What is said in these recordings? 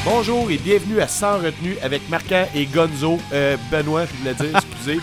Bonjour et bienvenue à Sans retenue avec Marquand et Gonzo. Benoît, je voulais dire, excusez.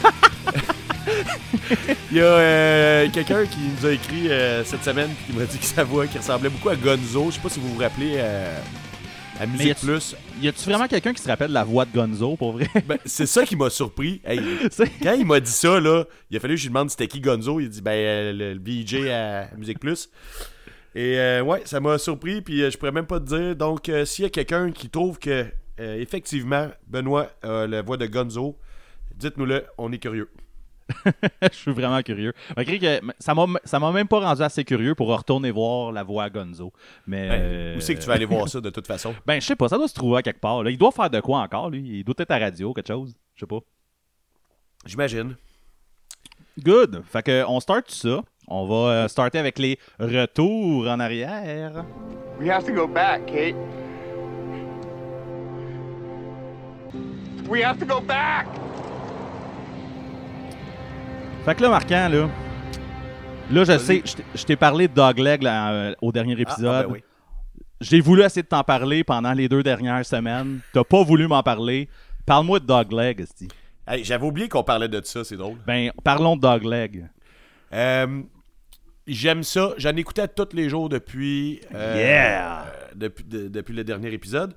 Il y a quelqu'un qui nous a écrit cette semaine qui m'a dit que sa voix qui ressemblait beaucoup à Gonzo. Je sais pas si vous vous rappelez à Musique Plus. Y a-tu vraiment quelqu'un qui se rappelle la voix de Gonzo, pour vrai? Ben, c'est ça qui m'a surpris. Hey, quand il m'a dit ça, là, il a fallu que je lui demande c'était qui Gonzo. Il a dit le VJ à Musique Plus. Et ouais, ça m'a surpris, puis je pourrais même pas te dire. Donc, s'il y a quelqu'un qui trouve que, effectivement, Benoît a la voix de Gonzo, dites-nous-le, on est curieux. Je suis vraiment curieux. Malgré que ça m'a même pas rendu assez curieux pour retourner voir la voix à Gonzo. Mais où c'est que tu vas aller voir ça, de toute façon? Ben, je sais pas, ça doit se trouver à quelque part. Là. Il doit faire de quoi encore, lui? Il doit être à radio, quelque chose. Je sais pas. J'imagine. Good. Fait que on start tout ça. On va starter avec les retours en arrière. We have to go back, Kate. We have to go back! Fait que là, Marquant, là, je sais, je t'ai parlé de Dogleg là, au dernier épisode. Ben oui. J'ai voulu essayer de t'en parler pendant les 2 dernières semaines. T'as pas voulu m'en parler. Parle-moi de Dogleg, esti. Hey, j'avais oublié qu'on parlait de ça, c'est drôle. Ben, parlons de Dogleg. J'aime ça. J'en écoutais tous les jours depuis depuis le dernier épisode.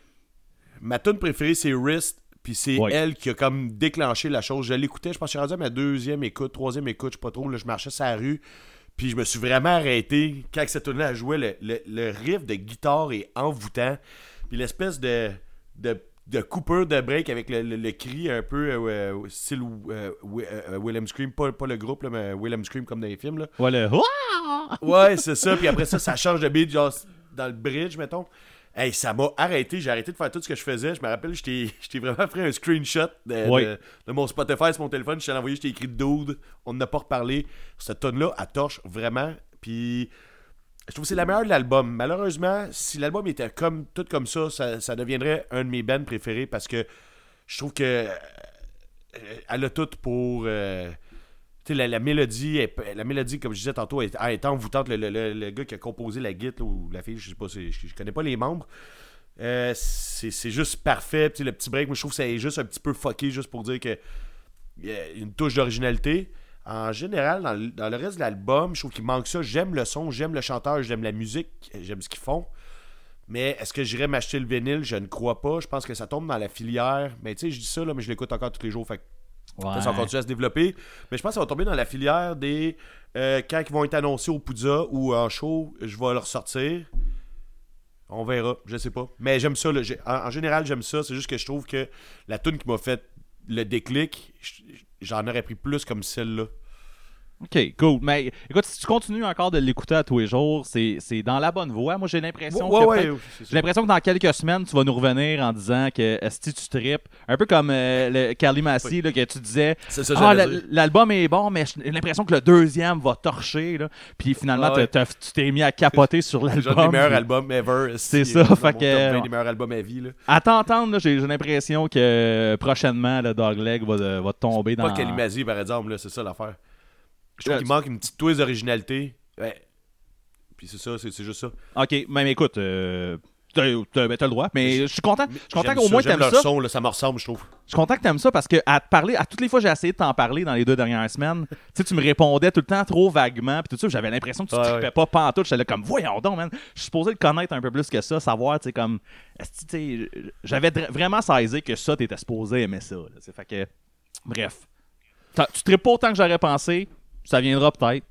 Ma tune préférée, c'est Wrist. Puis c'est elle qui a comme déclenché la chose. Je l'écoutais, je pense que je suis rendu à ma 2e écoute, 3e écoute, je sais pas trop. Là, je marchais sur la rue. Puis je me suis vraiment arrêté quand cette tune-là jouait. Le riff de guitare est envoûtant. Puis l'espèce de coupure de break avec le cri un peu style Willem Scream, pas le groupe, là, mais Willem Scream comme dans les films. Là. Ouais, le... Ouais, c'est ça. Puis après ça change de beat, genre dans le bridge, mettons. Hey, ça m'a arrêté. J'ai arrêté de faire tout ce que je faisais. Je me rappelle, je t'ai vraiment fait un screenshot de mon Spotify sur mon téléphone. Je t'ai envoyé, je t'ai écrit Dude. On n'a pas reparlé. Cette tonne-là, elle torche vraiment. Puis je trouve que c'est la meilleure de l'album. Malheureusement, si l'album était tout comme ça, ça deviendrait un de mes bands préférés parce que je trouve que elle a tout pour... La mélodie, comme je disais tantôt, est envoûtante. Le gars qui a composé la guitare ou la fille, je sais pas, je connais pas les membres. C'est juste parfait. Puis le petit break, moi je trouve que ça est juste un petit peu fucké, juste pour dire qu'il y a une touche d'originalité. En général, dans le reste de l'album, je trouve qu'il manque ça. J'aime le son, j'aime le chanteur, j'aime la musique, j'aime ce qu'ils font. Mais est-ce que j'irais m'acheter le vinyle? Je ne crois pas. Je pense que ça tombe dans la filière. Mais tu sais, je dis ça, là, mais je l'écoute encore tous les jours. Fait que ça va continuer à se développer. Mais je pense que ça va tomber dans la filière des... quand ils vont être annoncés au Poudza ou en show, je vais leur sortir. On verra, je sais pas. Mais j'aime ça. Là. En général, j'aime ça. C'est juste que je trouve que la tune qui m'a fait le déclic, j'en aurais pris plus comme celle-là. OK, cool. Mais écoute, si tu continues encore de l'écouter à tous les jours, c'est dans la bonne voie. Moi, j'ai l'impression j'ai l'impression que dans quelques semaines, tu vas nous revenir en disant que si tu tripes, un peu comme le Carly Massey là, que tu disais, l'album est bon, mais j'ai l'impression que le deuxième va torcher. Là. Puis finalement, tu t'es mis à capoter sur l'album. C'est le meilleur album ever. C'est ça. Fait que un des meilleurs albums à vie. Là. À t'entendre, j'ai l'impression que prochainement, le Dogleg va tomber dans... Pas Carly Massey, par exemple, là, c'est ça l'affaire. Je trouve qu'il manque une petite twist d'originalité. Ouais. Puis c'est ça, c'est juste ça. OK, même écoute, t'as le droit, mais je suis content qu'au moins t'aimes ça. Son, là, ça me ressemble, je trouve. Je suis content que t'aimes ça parce que à toutes les fois que j'ai essayé de t'en parler dans les 2 dernières semaines, tu me répondais tout le temps trop vaguement, puis tout ça, j'avais l'impression que tu trippais pas pantoute. J'étais là comme, voyons donc, man. Je suis supposé le connaître un peu plus que ça, savoir, tu sais, comme, j'avais vraiment saisi que ça, t'étais supposé aimer ça. Là, fait que, bref. Tu trippes pas autant que j'aurais pensé. Ça viendra peut-être.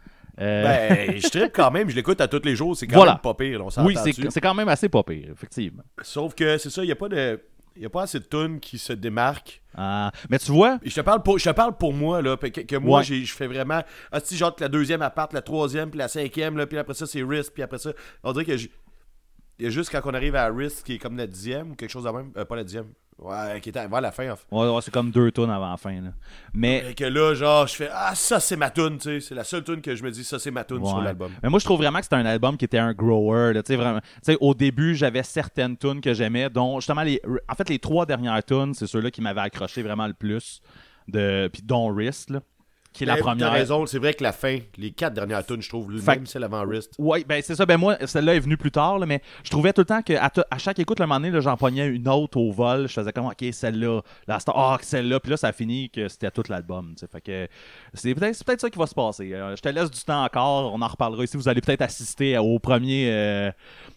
Ben, je trippe quand même. Je l'écoute à tous les jours. C'est quand même pas pire. On s'entend dessus. C'est quand même assez pas pire, effectivement. Sauf que c'est ça, il n'y a pas assez de tunes qui se démarquent. Mais tu vois... Je te parle pour moi, là, que moi, je fais vraiment... genre la 2e appart, la 3e, puis la 5e, là, puis après ça, c'est Wrist, puis après ça... On dirait que... Il y a juste quand on arrive à Wrist, qui est comme la 10e, ou quelque chose de même. Pas la 10e. Ouais, qui était avant la fin, en fait. Ouais, c'est comme 2 tunes avant la fin, là. Mais... Et que là, genre, je fais « Ah, ça, c'est ma tune, tu sais. » C'est la seule tune que je me dis « Ça, c'est ma tune sur l'album. » Mais moi, je trouve vraiment que c'était un album qui était un grower, là, tu sais, vraiment. Tu sais, au début, j'avais certaines tunes que j'aimais, dont, justement, les 3 dernières tunes, c'est ceux-là qui m'avaient accroché vraiment le plus, puis dont Wrist, là. qui est la première. T'as raison, c'est vrai que la fin, les 4 dernières tunes, je trouve, même celle avant Wrist. Oui, ben c'est ça. Ben moi, celle-là est venue plus tard, là, mais je trouvais tout le temps qu'à chaque écoute, le moment donné, là, j'en pognais une autre au vol. Je faisais comme, OK, celle-là, la star, celle-là. Puis là, ça a fini que c'était tout l'album. Fait que c'est peut-être ça qui va se passer. Je te laisse du temps encore. On en reparlera ici. Vous allez peut-être assister au premier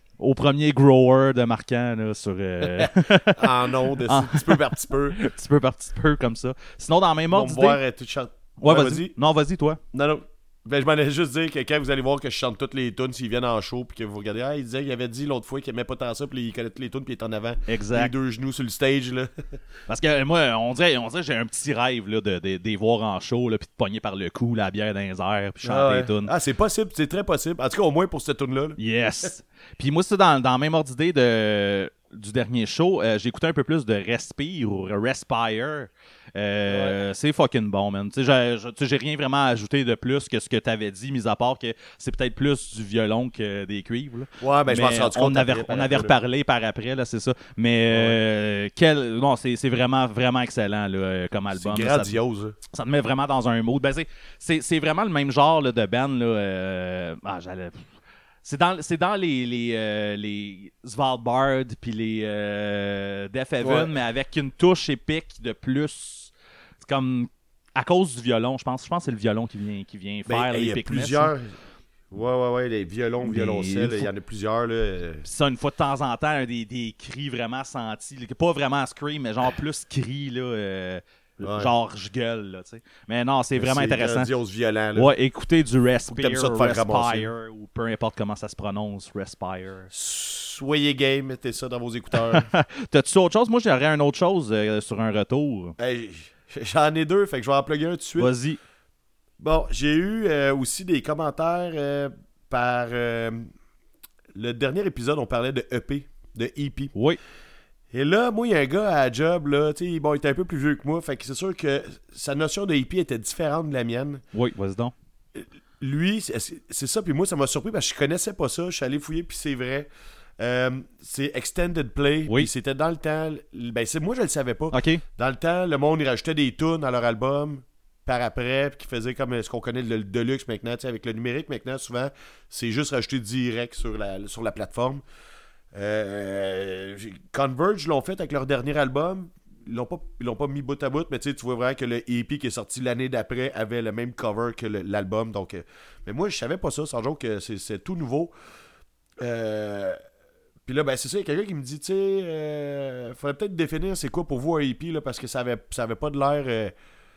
grower de Marquant là, sur. En ondes, petit peu par petit peu. Petit peu par petit peu, comme ça. Sinon, dans la même ordre. On va voir tout chante. Ouais, vas-y. Non, vas-y, toi. Non. Ben, je m'en allais juste dire que quand vous allez voir que je chante toutes les tunes s'ils viennent en show, puis que vous regardez, il disait qu'il avait dit l'autre fois qu'il aimait pas tant ça, puis il connaît toutes les tunes, puis il est en avant. Exact. Les 2 genoux sur le stage, là. Parce que moi, on dirait que j'ai un petit rêve là, de voir en show, là, puis de pogner par le cou la bière dans les airs, puis chanter les tunes. Ah, c'est possible, c'est très possible. En tout cas, au moins pour cette tune-là. Là. Yes. Puis moi, c'est dans la même ordre d'idée du dernier show, j'ai écouté un peu plus de Respire ou Respire. C'est fucking bon, man. Tu sais, j'ai rien vraiment ajouté de plus que ce que tu avais dit, mis à part que c'est peut-être plus du violon que des cuivres. Là. Ouais, ben je m'en suis rendu compte. On avait reparlé par après, là, c'est ça. Mais non, c'est vraiment, vraiment excellent là, comme album. C'est grandiose. Ça te met vraiment dans un mood. Ben, c'est vraiment le même genre là, de band. Là, c'est dans les Svalbard puis les Death Heaven, mais avec une touche épique de plus. C'est comme à cause du violon, je pense que c'est le violon qui vient faire l'épicness. Il y a plusieurs. Ouais, les violons, violoncelles, il y en a plusieurs. Là. Ça, une fois de temps en temps, des cris vraiment sentis. Pas vraiment scream, mais genre plus cris, là. Genre je gueule là, tu sais. Mais non, c'est vraiment intéressant. Grandiose, violent là. Ouais, écoutez du Respire, Respire ou peu importe comment ça se prononce, Respire. Soyez game, mettez ça dans vos écouteurs. T'as-tu autre chose? Moi, j'aurais une autre chose sur un retour. Hey, j'en ai 2, fait que je vais en plugger un tout de suite. Vas-y. Bon, j'ai eu aussi des commentaires par le dernier épisode, on parlait de EP, de EP. Oui. Et là, moi, il y a un gars à la job, là, tu sais, bon, il était un peu plus vieux que moi, fait que c'est sûr que sa notion de hippie était différente de la mienne. Oui, vas-y donc. Lui, c'est ça, puis moi, ça m'a surpris parce que je connaissais pas ça, je suis allé fouiller, puis c'est vrai. C'est Extended Play, oui. Puis c'était dans le temps, ben moi, je le savais pas. OK. Dans le temps, le monde, il rajoutait des tunes à leur album par après, puis qui faisait comme ce qu'on connaît le Deluxe maintenant, tu sais, avec le numérique maintenant, souvent, c'est juste rajouté direct sur la plateforme. Converge l'ont fait avec leur dernier album. Ils l'ont pas mis bout à bout, mais tu vois vraiment que le EP qui est sorti l'année d'après avait le même cover que l'album. Donc, mais moi, je savais pas ça, sans joke, que c'est tout nouveau. Puis là, ben c'est ça, il y a quelqu'un qui me dit, tu sais, faudrait peut-être définir c'est quoi pour vous un EP, là, parce que ça avait pas de l'air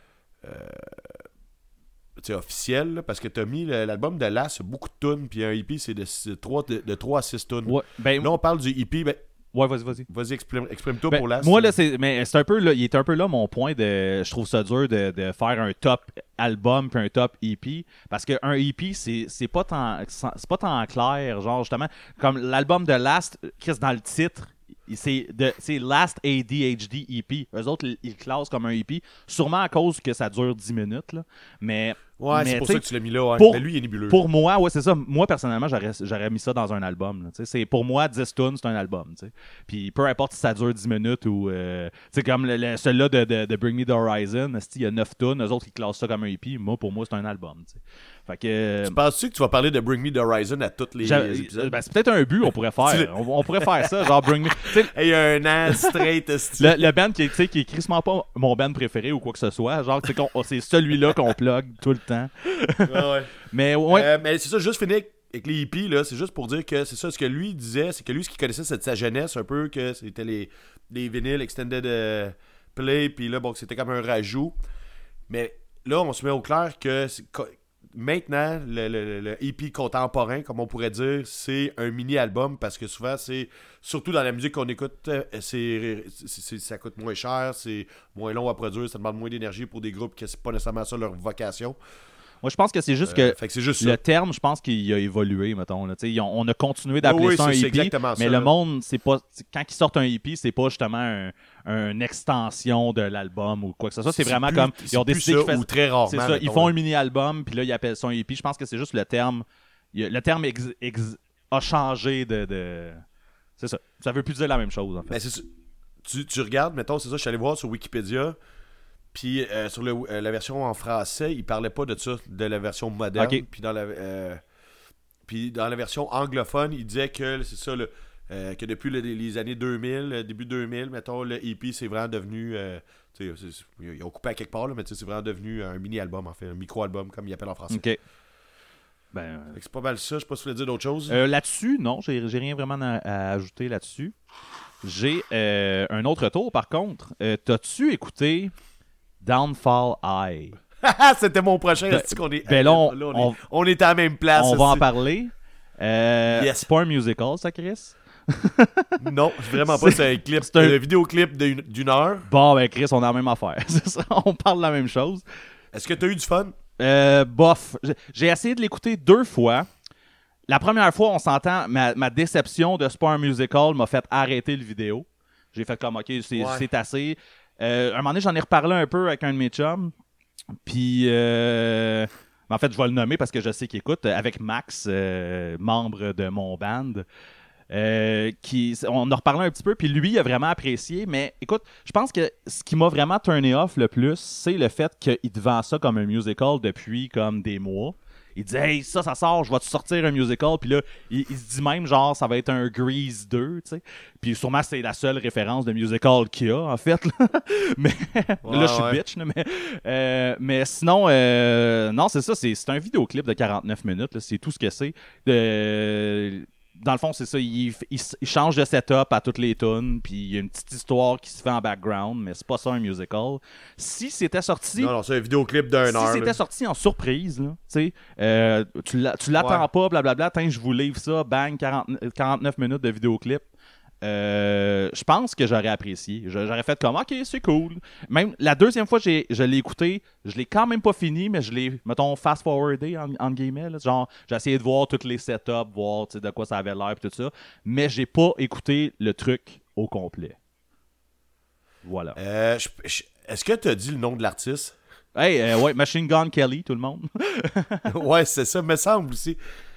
officiel, là, parce que t'as mis l'album de Last, c'est beaucoup de tunes, puis un EP, c'est de 3 à 6 tunes. Ouais, ben, là, on parle du EP, ben... Ouais, vas-y. Vas-y, exprime-toi ben, pour Last. Moi, là, c'est un peu là, il est un peu là mon point de. Je trouve ça dur de faire un top album puis un top EP. Parce qu'un EP, c'est pas tant clair. Genre, justement, comme l'album de Last, Chris, dans le titre, c'est Last ADHD EP. Eux autres, ils le classent comme un EP. Sûrement à cause que ça dure 10 minutes. Là. Mais. Ouais, c'est pour ça que tu l'as mis là. Ouais. Mais lui, il est nébuleux. Pour moi, ouais, c'est ça. Moi, personnellement, j'aurais mis ça dans un album. C'est pour moi, 10 tunes, c'est un album. T'sais. Puis peu importe si ça dure 10 minutes ou. Comme celui-là de Bring Me the Horizon, il y a 9 tunes. Eux autres, ils classent ça comme un EP. Moi, pour moi, c'est un album. Fait que, tu penses-tu que tu vas parler de Bring Me the Horizon à tous les épisodes? Ben, c'est peut-être un but, on pourrait faire. on pourrait faire ça, genre Bring Me. Il y a un an straight. le band qui est crissement pas mon band préféré ou quoi que ce soit. Genre, c'est celui-là qu'on plug tout le temps. Ouais. Mais ouais. Mais c'est ça, juste finir avec les hippies, là, c'est juste pour dire que c'est ça, ce que lui disait, c'est que lui, ce qu'il connaissait, c'était sa jeunesse un peu, que c'était les vinyles Extended Play, puis là, bon, c'était comme un rajout. Mais là, on se met au clair que maintenant, le EP contemporain, comme on pourrait dire, c'est un mini-album, parce que souvent, c'est surtout dans la musique qu'on écoute, ça coûte moins cher, c'est moins long à produire, ça demande moins d'énergie pour des groupes que c'est pas nécessairement ça leur vocation. Moi, je pense que c'est juste que c'est juste le terme, je pense qu'il a évolué, mettons. Là. On a continué d'appeler ça un EP, mais le monde, c'est pas quand ils sortent un EP, c'est pas justement une extension de l'album ou quoi que ce soit. C'est vraiment plus, comme ils ont décidé qu'ils ou très rarement. C'est ça, ils font un mini-album, puis là, ils appellent ça un EP. Je pense que c'est juste le terme. Le terme a changé de... C'est ça. Ça veut plus dire la même chose, en fait. Ben, tu regardes, mettons, c'est ça, je suis allé voir sur Wikipédia. Puis sur la version en français, il parlait pas de ça, de la version moderne. Ok. Puis dans la version anglophone, il disait que c'est ça, que depuis les années 2000, début 2000, mettons, le EP, c'est vraiment devenu... ils ont coupé à quelque part, là, mais c'est vraiment devenu un mini-album, en fait, un micro-album, comme ils appellent en français. OK. C'est pas mal ça, je sais pas si tu voulais dire d'autres choses. Là-dessus, non, j'ai rien vraiment à ajouter là-dessus. J'ai un autre tour, par contre. T'as-tu écouté Downfall High? C'était mon prochain. On est à la même place. On va en parler. Yes. C'est pas un musical, ça, Chris? Non, vraiment pas. C'est un clip. C'est un vidéoclip d'une heure. Bon, ben Chris, on a la même affaire. C'est ça, on parle de la même chose. Est-ce que t'as eu du fun? Bof. J'ai essayé de l'écouter 2 fois. La première fois, on s'entend, ma déception de Sport Musical m'a fait arrêter le vidéo. J'ai fait comme, OK, c'est assez. Un moment donné, j'en ai reparlé un peu avec un de mes chums. Puis, en fait, je vais le nommer parce que je sais qu'il écoute. Avec Max, membre de mon band. On a reparlé un petit peu, puis lui, il a vraiment apprécié. Mais écoute, je pense que ce qui m'a vraiment turné off le plus, c'est le fait qu'il te vend ça comme un musical depuis comme des mois. Il dit « Hey, ça sort, je vais te sortir un musical. » Puis là, il se dit même genre, ça va être un Grease 2, tu sais. Puis sûrement, c'est la seule référence de musical qu'il y a, en fait. Là. Mais là, je suis bitch. Là, mais sinon, non, c'est ça. C'est un vidéoclip de 49 minutes. Là, c'est tout ce que c'est. Dans le fond, c'est ça. Il change de setup à toutes les tunes, puis il y a une petite histoire qui se fait en background, mais c'est pas ça un musical. Si c'était sorti... Non, c'est un vidéoclip d'1 heure. Si c'était sorti en surprise, là, tu l'attends pas, blablabla, je vous livre ça, bang, 49 minutes de vidéoclip. Je pense que j'aurais apprécié. J'aurais fait comme, OK, c'est cool. Même la deuxième fois que je l'ai écouté, je l'ai quand même pas fini, mais je l'ai, mettons, fast-forwardé en guillemets. Là. Genre, j'ai essayé de voir tous les setups, voir de quoi ça avait l'air et tout ça. Mais j'ai pas écouté le truc au complet. Voilà. Est-ce que tu as dit le nom de l'artiste? Hey, ouais, Machine Gun Kelly, tout le monde. Ouais, c'est ça, me semble aussi.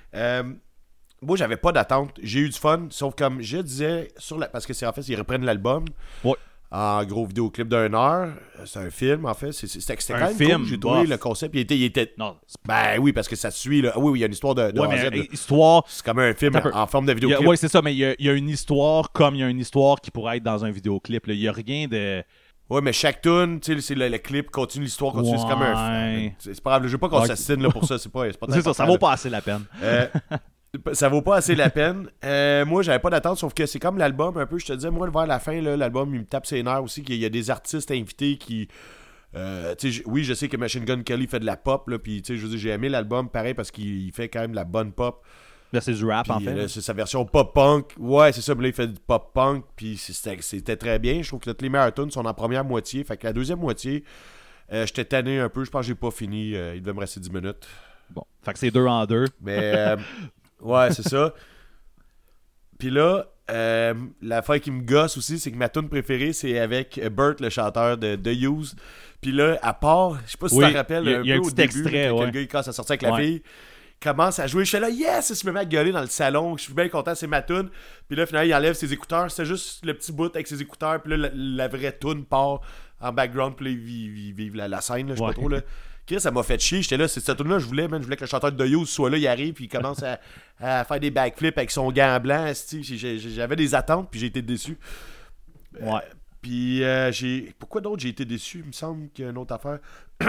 Moi, j'avais pas d'attente. J'ai eu du fun, sauf comme je disais, parce que c'est en fait, ils reprennent l'album. Ouais. En gros vidéoclip d'1 heure. C'est un film, en fait. C'était quand même film, cool. J'ai trouvé le concept. Il était... Non. Ben oui, parce que ça suit. Là. Oui, il y a une histoire de ouais, A à Z, mais histoire... C'est comme un film en forme de vidéoclip. Oui, c'est ça, mais il y a une histoire comme il y a une histoire qui pourrait être dans un vidéoclip. Il n'y a rien de... Ouais, mais chaque tune, tu sais, c'est le clip continue l'histoire, continue. Ouais. C'est comme un... C'est pas grave. Je veux pas qu'on s'assine là, pour ça. C'est pas ça vaut pas assez la peine. Ça vaut pas assez la peine. Moi, j'avais pas d'attente, sauf que c'est comme l'album un peu. Je te disais, moi, vers la fin, là, l'album, il me tape ses nerfs aussi. Qu'il y a des artistes invités qui. Oui, je sais que Machine Gun Kelly fait de la pop, là. Puis, je veux dire, j'ai aimé l'album pareil parce qu'il fait quand même de la bonne pop. Là, c'est du rap, puis, en fait. Là, c'est sa version pop-punk. Ouais, c'est ça. Mais là, il fait du pop-punk. Puis, c'était très bien. Je trouve que toutes les meilleures tunes sont en première moitié. Fait que la deuxième moitié, j'étais tanné un peu. Je pense que j'ai pas fini. Il devait me rester 10 minutes. Bon, fait que c'est 2 en 2. Mais. Ouais, c'est ça. Puis là, l'affaire qui me gosse aussi, c'est que ma tune préférée, c'est avec Burt, le chanteur de The Used. Puis là, à part, je sais pas si tu te rappelles, il y a un peu petit au début, extrait, quand le gars il casse à sortir avec la fille, commence à jouer. Je suis là, yes! Il se met à gueuler dans le salon. Je suis bien content, c'est ma tune. Puis là, finalement, il enlève ses écouteurs. C'est juste le petit bout avec ses écouteurs. Puis là, la vraie tune part en background. Puis là, il vive la scène, là, je sais pas trop, là. Chris, ça m'a fait chier. J'étais là, c'est cette tune-là, je voulais que le chanteur de The Used soit là, il arrive, puis il commence à faire des backflips avec son gant blanc. J'avais des attentes, puis j'ai été déçu. Ouais. Puis pourquoi d'autre j'ai été déçu? Il me semble qu'il y a une autre affaire.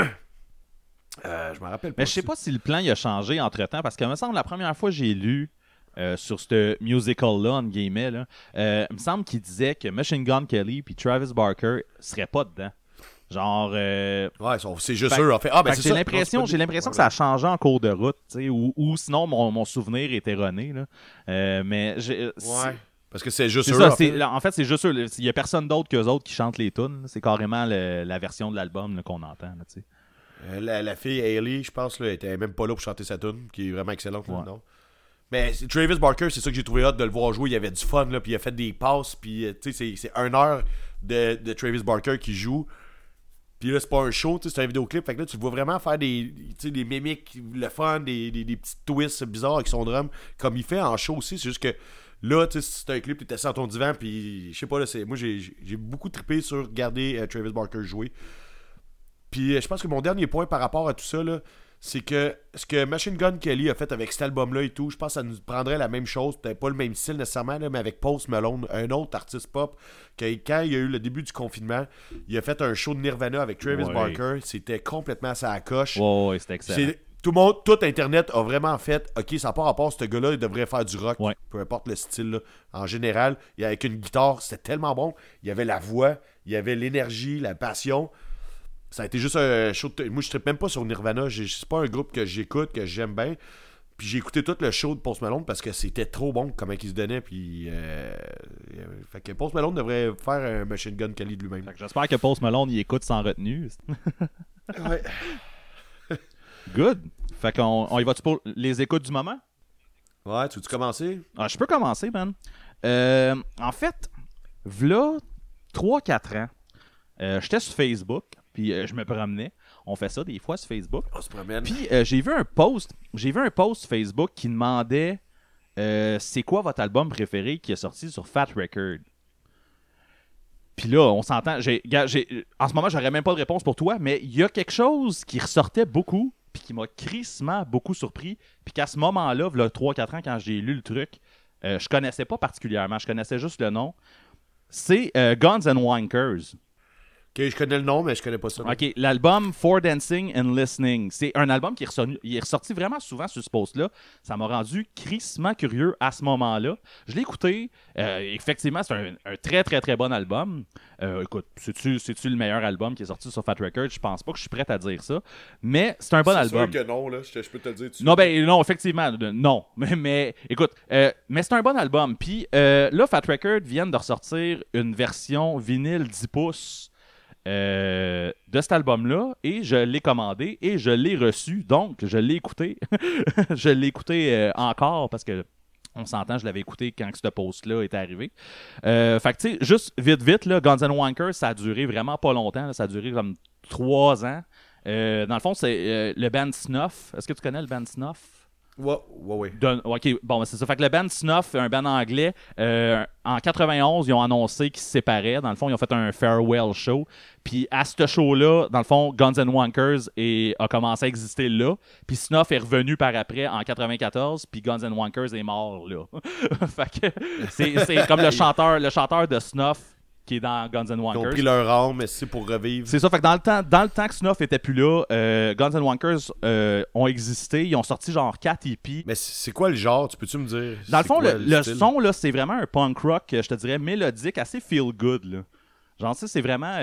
Je m'en rappelle pas. Mais je sais pas si le plan il a changé entre-temps, parce que me semble la première fois que j'ai lu sur ce musical-là, en guillemets, là, il me semble qu'il disait que Machine Gun Kelly puis Travis Barker seraient pas dedans. Genre. Ouais, c'est juste eux, en fait. Ah, ben c'est j'ai l'impression que ça a changé en cours de route, ou sinon mon souvenir est erroné. Là. Mais ouais. Parce que c'est juste eux. Ça, en fait, c'est juste eux. Il n'y a personne d'autre qu'eux autres qui chantent les tunes. C'est carrément la version de l'album là, qu'on entend. Là, la fille Hailey, je pense, là, était même pas là pour chanter sa tune, qui est vraiment excellente. Là, non? Mais Travis Barker, c'est ça que j'ai trouvé hot de le voir jouer. Il y avait du fun, là, puis il a fait des passes. Puis c'est 1 heure de Travis Barker qui joue. Puis là, c'est pas un show, c'est un vidéoclip. Fait que là, tu le vois vraiment faire des mimiques, le fun, des petits twists bizarres avec son drum, comme il fait en show aussi. C'est juste que là, c'est un clip, tu étais sur ton divan, puis je sais pas, là, moi j'ai beaucoup trippé sur regarder Travis Barker jouer. Puis je pense que mon dernier point par rapport à tout ça, là, c'est que ce que Machine Gun Kelly a fait avec cet album-là et tout, je pense que ça nous prendrait la même chose, peut-être pas le même style nécessairement, là, mais avec Post Malone, un autre artiste pop, que quand il y a eu le début du confinement, il a fait un show de Nirvana avec Travis Barker, c'était complètement à sa coche. Ouais, c'était excellent. Tout le monde, tout Internet a vraiment fait, ok, ça n'a pas rapport, ce gars-là, il devrait faire du rock, peu importe le style, là. En général, avec une guitare, c'était tellement bon, il y avait la voix, il y avait l'énergie, la passion. Ça a été juste un show moi je trippe même pas sur Nirvana, c'est pas un groupe que j'écoute, que j'aime bien. Puis j'ai écouté tout le show de Post Malone parce que c'était trop bon comment il se donnait. Puis fait que Post Malone devrait faire un Machine Gun Kelly de lui-même. J'espère que Post Malone il écoute sans retenue. Ouais. Good. Fait qu'on y va-tu pour les écoutes du moment? Ouais, tu veux-tu commencer? Ah, je peux commencer, man. En fait, v'là 3-4 ans, j'étais sur Facebook. Puis je me promenais. On fait ça des fois sur Facebook. On se promène. Puis j'ai vu un post Facebook qui demandait c'est quoi votre album préféré qui est sorti sur Fat Record. Puis là, on s'entend. En ce moment, j'aurais même pas de réponse pour toi, mais il y a quelque chose qui ressortait beaucoup, puis qui m'a crissement beaucoup surpris. Puis qu'à ce moment-là, il y a 3-4 ans, quand j'ai lu le truc, je connaissais pas particulièrement. Je connaissais juste le nom. C'est Guns and Wankers. Ok, je connais le nom, mais je connais pas ça. Ok, l'album For Dancing and Listening. C'est un album qui est ressorti vraiment souvent sur ce post-là. Ça m'a rendu crissement curieux à ce moment-là. Je l'ai écouté. Effectivement, c'est un très, très, très bon album. Écoute, c'est-tu le meilleur album qui est sorti sur Fat Records? Je pense pas que je suis prêt à dire ça. Mais c'est un bon album. C'est sûr que non, là. Je peux te le dire. Non, effectivement, non. Mais écoute, mais c'est un bon album. Puis là, Fat Records viennent de ressortir une version vinyle 10 pouces de cet album-là, et je l'ai commandé et je l'ai reçu, donc je l'ai écouté. Je l'ai écouté encore parce que on s'entend, je l'avais écouté quand ce post-là est arrivé. Fait que tu sais, juste vite, là, Guns N' Wankers, ça a duré vraiment pas longtemps, là, ça a duré comme 3 ans. Dans le fond, c'est le band Snuff. Est-ce que tu connais le band Snuff? Ouais. Ok, bon, c'est ça. Fait que le band Snuff, un band anglais, en 91, ils ont annoncé qu'ils se séparaient. Dans le fond, ils ont fait un farewell show. Puis à ce show-là, dans le fond, Guns N' Wankers a commencé à exister là. Puis Snuff est revenu par après en 94. Puis Guns N' Wankers est mort là. Fait que c'est comme le chanteur de Snuff qui est dans Guns N' Wankers. Ils ont pris leur âme, mais c'est pour revivre. C'est ça, fait que dans le temps que Snuff était plus là, Guns N' Wankers ont existé, ils ont sorti genre 4 EP. Mais c'est quoi le genre, tu peux-tu me dire? Dans le fond, le son, là, c'est vraiment un punk rock, je te dirais, mélodique, assez feel good, là. Genre, tu sais, c'est vraiment...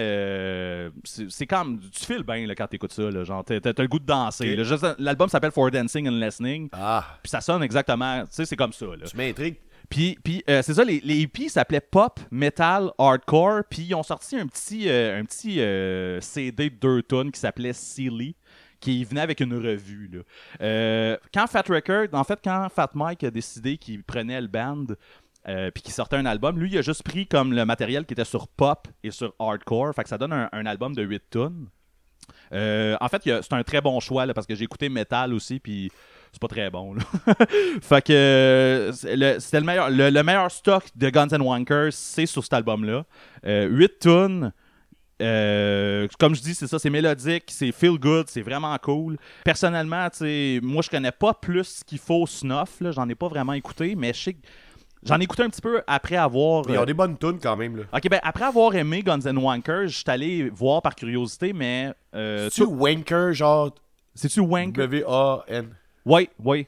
c'est comme... Tu files bien là, quand t'écoutes ça, là. Genre, t'as le goût de danser. Okay. Là. L'album s'appelle For Dancing and Listening. Ah! Puis ça sonne exactement... Tu sais, c'est comme ça, là. Tu m'intrigues. Puis c'est ça, les EP s'appelaient Pop, Metal, Hardcore. Puis ils ont sorti un petit CD de 2 tonnes qui s'appelait Silly, qui venait avec une revue, là. Quand Fat Mike a décidé qu'il prenait le band... puis qui sortait un album. Lui, il a juste pris comme le matériel qui était sur pop et sur hardcore. Fait que ça donne un album de 8 tonnes. En fait, c'est un très bon choix là, parce que j'ai écouté metal aussi, puis c'est pas très bon. Là. Fait que c'était le meilleur stock de Guns N' Wankers, c'est sur cet album-là. 8 tonnes. Comme je dis, c'est ça, c'est mélodique, c'est feel good, c'est vraiment cool. Personnellement, moi je connais pas plus ce qu'il faut Snuff, là, j'en ai pas vraiment écouté, mais je sais que j'en ai écouté un petit peu après avoir... Ils ont des bonnes tunes quand même, là. Ok, ben après avoir aimé Guns N' Wankers, je suis allé voir par curiosité, mais... C'est-tu Wanker, genre... C'est-tu Wanker? W-A-N. Oui.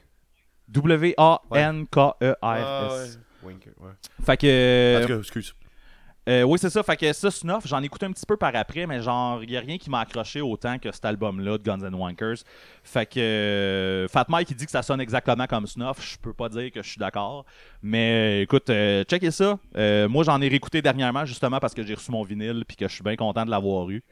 W-A-N-K-E-R-S. Ouais. Wanker, ouais. Fait que... En tout cas, excuse. Oui, c'est ça. Fait que ça, Snuff, j'en ai écouté un petit peu par après, mais genre, il n'y a rien qui m'a accroché autant que cet album-là de Guns N' Wankers. Fait que Fat Mike, il dit que ça sonne exactement comme Snuff. Je peux pas dire que je suis d'accord. Mais écoute, checkez ça. Moi, j'en ai réécouté dernièrement, justement, parce que j'ai reçu mon vinyle puis que je suis bien content de l'avoir eu.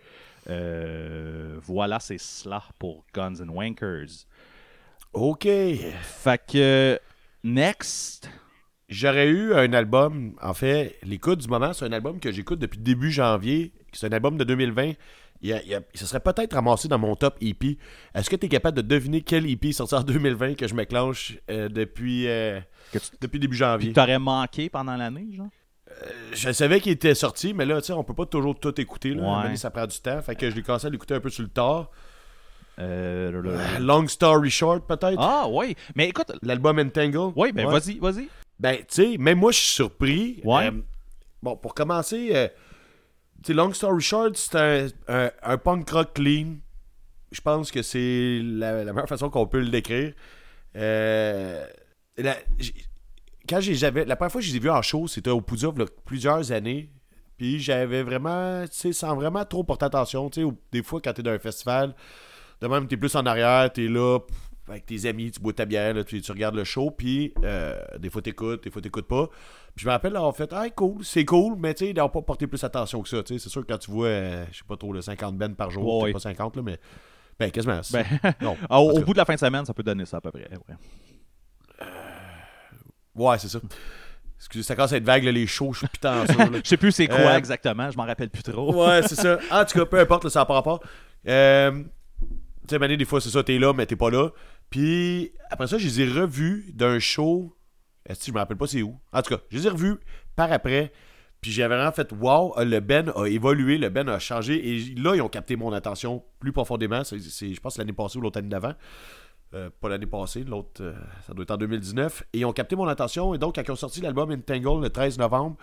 Voilà, c'est cela pour Guns N' Wankers. OK. Fait que, next... J'aurais eu un album, en fait, l'écoute du moment, c'est un album que j'écoute depuis début janvier. C'est un album de 2020. Ça serait peut-être ramassé dans mon top EP. Est-ce que tu es capable de deviner quel EP est sorti en 2020 que je me clenche depuis début janvier? Puis t'aurais manqué pendant l'année, genre? Je savais qu'il était sorti, mais là, tu sais, on peut pas toujours tout écouter. Là. Ouais. Ça prend du temps. Fait que je l'ai commencé à l'écouter un peu sur le tard. Euh, Long Story Short, peut-être. Ah, oui. Mais écoute. L'album Entangle. Oui, ben vas-y. Ben, tu sais, même moi, je suis surpris. Ouais. Bon, pour commencer, tu sais, Long Story Short, c'est un punk rock clean. Je pense que c'est la meilleure façon qu'on peut le décrire. La première fois que je les ai vus en show, c'était au Poudja, il y a plusieurs années. Puis j'avais vraiment, tu sais, sans vraiment trop porter attention. Tu sais, des fois, quand t'es dans un festival, de même, t'es plus en arrière, t'es là, avec tes amis, tu bois ta bière, là, puis tu regardes le show, puis des fois t'écoutes, des fois t'écoutes pas. Puis je me rappelle d'avoir fait, cool, c'est cool, mais tu sais, d'avoir pas porté plus attention que ça. Tu sais, c'est sûr que quand tu vois, je sais pas trop, le 50 bennes par jour, Ouais. pas 50, là, mais. Ben, quasiment. Ben, non, au bout de la fin de semaine, ça peut donner ça à peu près. Ouais. Ouais, c'est ça. Excusez, ça commence à être vague, là, les shows, je suis putain sûr. Je sais plus c'est quoi exactement, je m'en rappelle plus trop. Ouais, c'est ça. En tout cas, peu importe, là, ça n'a pas rapport. Tu sais, Mané, des fois, c'est ça, t'es là, mais t'es pas là. Puis, après ça, je les ai revus d'un show. Est-ce que je me rappelle pas c'est où? En tout cas, je les ai revus par après. Puis j'avais vraiment fait, wow, le Ben a évolué, le Ben a changé. Et là, ils ont capté mon attention plus profondément. Je pense l'année passée ou l'autre année d'avant. Pas l'année passée, l'autre, ça doit être en 2019. Et ils ont capté mon attention. Et donc, quand ils ont sorti l'album Entangle le 13 novembre,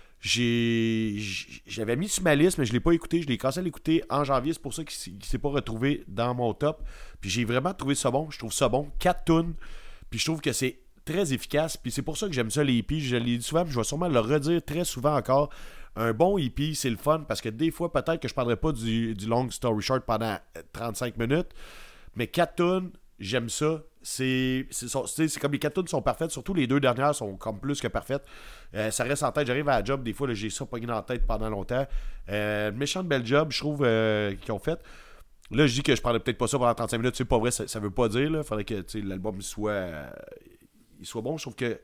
j'avais mis sur ma liste, mais je l'ai pas écouté. Je l'ai commencé à l'écouter en janvier. C'est pour ça qu'il s'est pas retrouvé dans mon top. Puis j'ai vraiment trouvé ça bon. Je trouve ça bon. 4 tunes. Puis je trouve que c'est très efficace. Puis c'est pour ça que j'aime ça, les hippies. Je l'ai dit souvent, puis je vais sûrement le redire très souvent encore. Un bon hippie, c'est le fun. Parce que des fois, peut-être que je ne prendrais pas du long story short pendant 35 minutes. Mais 4 tunes, j'aime ça. C'est comme les 4 tunes sont parfaites. Surtout les 2 dernières sont comme plus que parfaites. Ça reste en tête. J'arrive à la job. Des fois, là, j'ai ça pogné dans la tête pendant longtemps. Méchante belle job, je trouve, qu'ils ont fait. Là, je dis que je prendrais peut-être pas ça pendant 35 minutes. C'est pas vrai, ça veut pas dire. Il faudrait que l'album soit bon.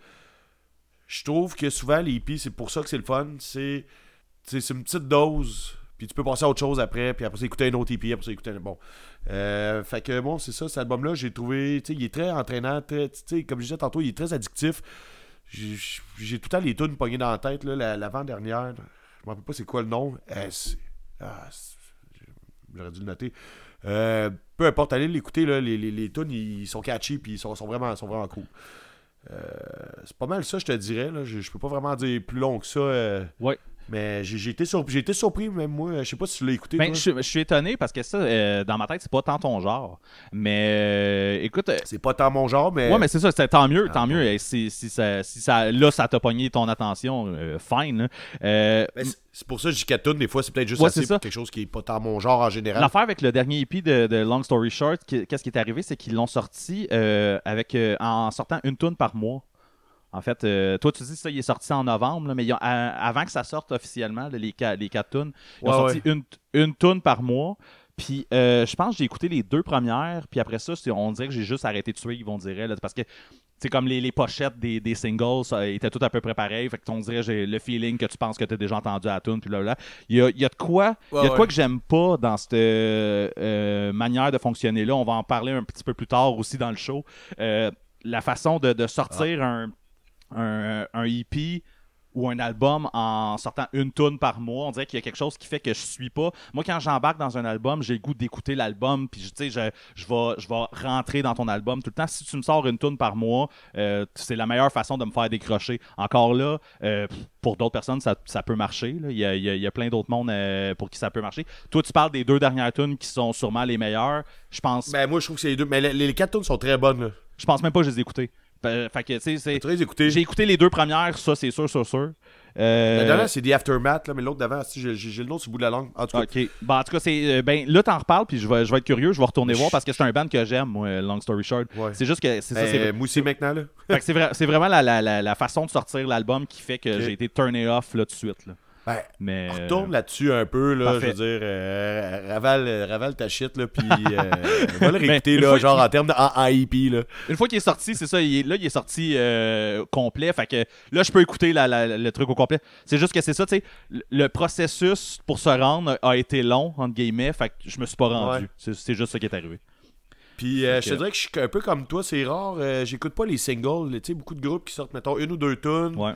Je trouve que souvent, les hippies, c'est pour ça que c'est le fun. C'est une petite dose. Puis tu peux passer à autre chose après. Puis après ça, écouter un autre hippie. Après ça, écouter un... Bon. Fait que bon, c'est ça. Cet album-là, j'ai trouvé... Il est très entraînant. Comme je disais tantôt, il est très addictif. J'ai tout le temps les tunes pognées dans la tête. Là, l'avant-dernière. Je me rappelle pas c'est quoi le nom. J'aurais dû le noter. Peu importe, allez l'écouter. Là, les tunes, ils sont catchy. Puis ils sont vraiment cool. C'est pas mal ça, je te dirais. Là. Je peux pas vraiment dire plus long que ça. Ouais. Mais j'ai été surpris, même moi. Je sais pas si tu l'as écouté. Ben, je suis étonné parce que ça, dans ma tête, c'est pas tant ton genre. Mais écoute. C'est pas tant mon genre, mais. Ouais, mais c'est ça, c'est tant mieux. Tant mieux. Si ça t'a pogné ton attention, fine. Ben, c'est pour ça que je dis 4 tunes. Des fois, c'est peut-être juste assez pour quelque chose qui est pas tant mon genre en général. L'affaire avec le dernier EP de Long Story Short, qu'est-ce qui est arrivé, c'est qu'ils l'ont sorti en sortant une tune par mois. En fait, toi, tu dis ça, il est sorti en novembre, là, mais avant que ça sorte officiellement, là, les 4 tunes, ils ont sorti une tune par mois. Puis, je pense que j'ai écouté les 2 premières, puis après ça, on dirait que j'ai juste arrêté de suivre, on dirait, là, parce que c'est comme les pochettes des singles, ça étaient toutes à peu près pareilles. Fait que on dirait j'ai le feeling que tu penses que tu as déjà entendu à la tune, puis là. Il y a de quoi, quoi que j'aime pas dans cette manière de fonctionner là. On va en parler un petit peu plus tard aussi dans le show. La façon de sortir un EP ou un album en sortant une tune par mois, on dirait qu'il y a quelque chose qui fait que je suis pas. Moi, quand j'embarque dans un album, j'ai le goût d'écouter l'album, puis je vais rentrer dans ton album tout le temps. Si tu me sors une tune par mois, c'est la meilleure façon de me faire décrocher. Encore là, pour d'autres personnes, ça peut marcher. Là. Il y a plein d'autres mondes pour qui ça peut marcher. Toi, tu parles des 2 dernières tunes qui sont sûrement les meilleures. Je pense. Ben, moi, je trouve que c'est les 2. Mais les 4 tunes sont très bonnes. Là. Je pense même pas que je les ai écoutées. Fait que, tu sais, j'ai écouté les 2 premières, ça, c'est sûr. La dernière, c'est The Aftermath, là, mais l'autre d'avant, j'ai le nom sur le bout de la langue. En tout cas, OK. Bon, en tout cas, c'est là, t'en reparles, puis je vais être curieux, je vais retourner voir parce que c'est un band que j'aime, moi, Long Story Short. Ouais. C'est juste que c'est ça. Moi aussi, maintenant, là. Fait que c'est vraiment la façon de sortir l'album qui fait que j'ai été turné off là tout de suite. Là. Ben, mais retourne là-dessus un peu, là, je veux dire, ravale ta shit, là, puis va le réécouter, là, genre en termes en IP, là. Une fois qu'il est sorti, c'est ça, il est sorti complet, fait que là, je peux écouter le truc au complet. C'est juste que c'est ça, tu sais, le processus pour se rendre a été long, entre guillemets, fait que je me suis pas rendu. Ouais. C'est juste ça qui est arrivé. Puis je te dirais que je suis un peu comme toi, c'est rare, j'écoute pas les singles, tu sais, beaucoup de groupes qui sortent, mettons, 1 ou 2 tunes. Ouais.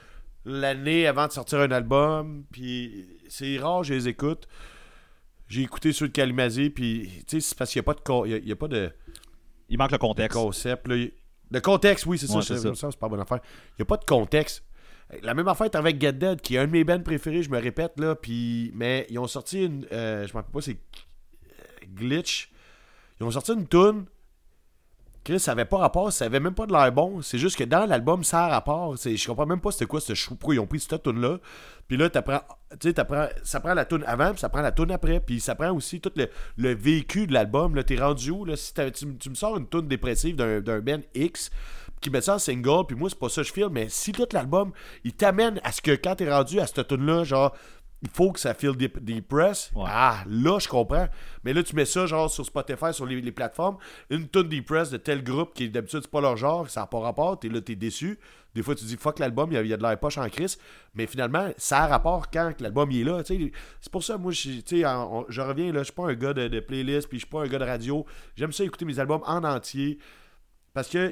l'année avant de sortir un album, puis c'est rare, je les écoute. J'ai écouté ceux de Kalimazé, puis tu sais, c'est parce qu'il n'y a pas de... Il manque le contexte. De concept, là. Le contexte, oui, c'est Ouais, ça. c'est C'est pas bonne affaire. Il n'y a pas de contexte. La même affaire est avec Get Dead, qui est un de mes bands préférés, je me répète, là, puis... Mais ils ont sorti une... je me rappelle pas, c'est... Glitch. Ils ont sorti une tune. Chris, ça avait pas rapport, ça avait même pas de l'air bon. C'est juste que dans l'album, ça a rapport. Je comprends même pas c'était quoi ce chou. Pourquoi ils ont pris cette tune-là. Puis là, ça prend la tune avant, puis ça prend la tune après. Puis ça prend aussi tout le vécu de l'album. Là, t'es rendu où? Là, si tu me sors une tune dépressive d'un band X, qui met ça en single, puis moi, c'est pas ça que je file, mais si tout l'album, il t'amène à ce que quand t'es rendu à cette tune-là, genre... Il faut que ça file des press. Ouais. Ah, là, je comprends. Mais là, tu mets ça genre sur Spotify, sur les plateformes. Une tonne des press de tel groupe qui, d'habitude, c'est pas leur genre. Ça n'a pas rapport. T'es déçu. Des fois, tu dis fuck l'album, il y a de l'air poche en crise. Mais finalement, ça a rapport quand l'album il est là. T'sais, c'est pour ça, moi, je reviens là. Je suis pas un gars de playlist, puis je suis pas un gars de radio. J'aime ça écouter mes albums en entier. Parce que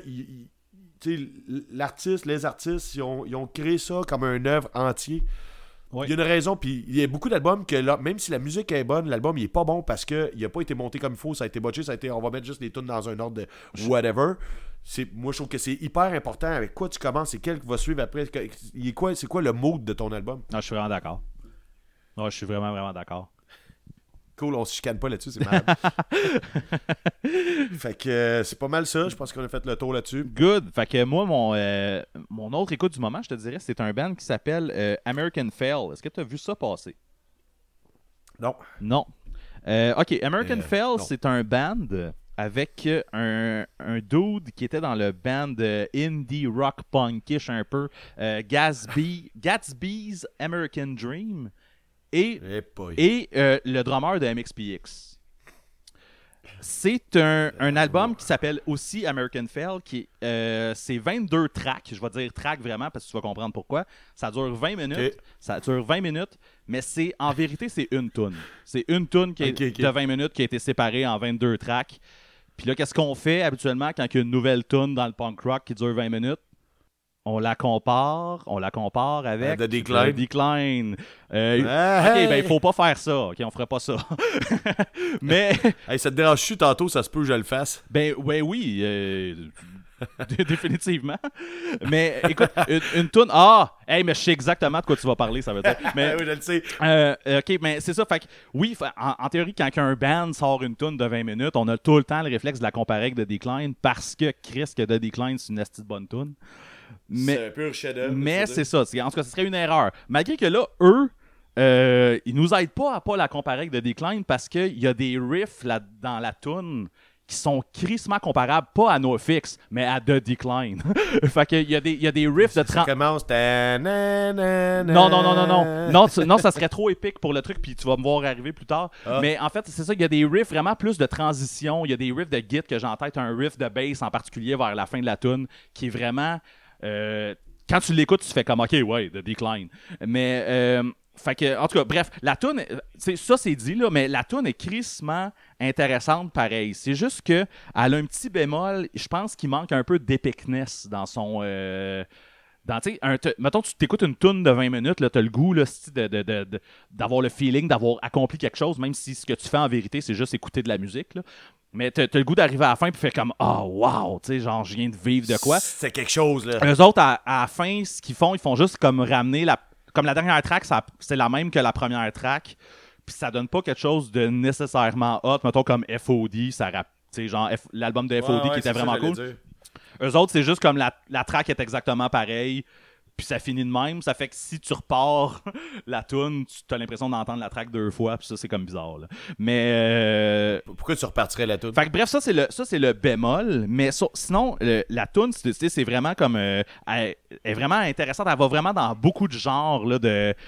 les artistes, ils ont créé ça comme un œuvre entier. Oui. Il y a une raison, puis il y a beaucoup d'albums que là, même si la musique est bonne, l'album il est pas bon parce qu'il n'a pas été monté comme il faut, ça a été botché, on va mettre juste les tunes dans un ordre de whatever. Moi je trouve que c'est hyper important avec quoi tu commences et quel qui va suivre après. C'est quoi le mood de ton album? Non, je suis vraiment d'accord. Non, je suis vraiment, vraiment d'accord. Cool, on se chicane pas là-dessus, c'est malade. Fait que c'est pas mal ça, je pense qu'on a fait le tour là-dessus. Good. Fait que moi, mon autre écoute du moment, je te dirais, c'est un band qui s'appelle American Fail. Est-ce que tu as vu ça passer? Non. Non. OK, American Fail, non. c'est un band avec un dude qui était dans le band indie rock punkish un peu, Gatsby's American Dream. Et le drummer de MXPX. C'est un album qui s'appelle aussi American Fail, c'est 22 tracks, je vais dire tracks vraiment parce que tu vas comprendre pourquoi. Ça dure 20 minutes, mais en vérité, c'est une tune. C'est une tune de 20 minutes qui a été séparée en 22 tracks. Puis là, qu'est-ce qu'on fait habituellement quand il y a une nouvelle tune dans le punk rock qui dure 20 minutes? On la compare avec The Decline. OK, ben il faut pas faire ça. OK, on ferait pas ça. Mais hey, ça te dérange-tu tantôt, ça se peut que je le fasse? Ben oui, définitivement. Mais écoute, une toune. Mais je sais exactement de quoi tu vas parler, ça veut dire. Mais oui, je le sais. OK, mais c'est ça. Fait que oui, en théorie, quand un band sort une toune de 20 minutes, on a tout le temps le réflexe de la comparer avec The Decline parce que Chris, que The Decline, c'est une esti de bonne toune. C'est un pur chef-d'œuvre. Mais c'est ça. En tout cas, ce serait une erreur. Malgré que là, eux, ils nous aident pas à pas la comparer avec The Decline parce qu'il y a des riffs dans la toune qui sont crissement comparables, pas à NoFX, mais à The Decline. Fait qu'il y a des riffs de 30... Ça commence... Non, ça serait trop épique pour le truc, puis tu vas me voir arriver plus tard. Mais en fait, c'est ça, il y a des riffs vraiment plus de transition. Il y a des riffs de git que j'ai en tête, un riff de bass en particulier vers la fin de la tune, qui est vraiment... quand tu l'écoutes, tu fais comme OK, ouais, The Decline. Mais fait que, en tout cas, bref, la toune, ça c'est dit là, mais la toune est crissement intéressante pareil. C'est juste que elle a un petit bémol. Je pense qu'il manque un peu d'epicness dans son. Mettons, tu t'écoutes une toune de 20 minutes, là, t'as le goût là, d'avoir le feeling d'avoir accompli quelque chose, même si ce que tu fais en vérité, c'est juste écouter de la musique. Là. Mais t'as le goût d'arriver à la fin et faire comme wow, tu sais, genre, je viens de vivre de quoi. C'est quelque chose, là. Eux autres, à la fin, ce qu'ils font, ils font juste comme ramener comme la dernière track, c'est la même que la première track. Puis ça donne pas quelque chose de nécessairement hot. Mettons comme FOD, ça tu sais, genre l'album de FOD qui était vraiment cool. Eux autres, c'est juste comme la track est exactement pareille. Puis ça finit de même. Ça fait que si tu repars la toune, tu as l'impression d'entendre la track 2 fois. Puis ça, c'est comme bizarre. Là. Mais. Pourquoi tu repartirais la toune? Fait que bref, ça, c'est le bémol. Mais sinon, la toune, c'est vraiment comme. Elle est vraiment intéressante. Elle va vraiment dans beaucoup de genres là,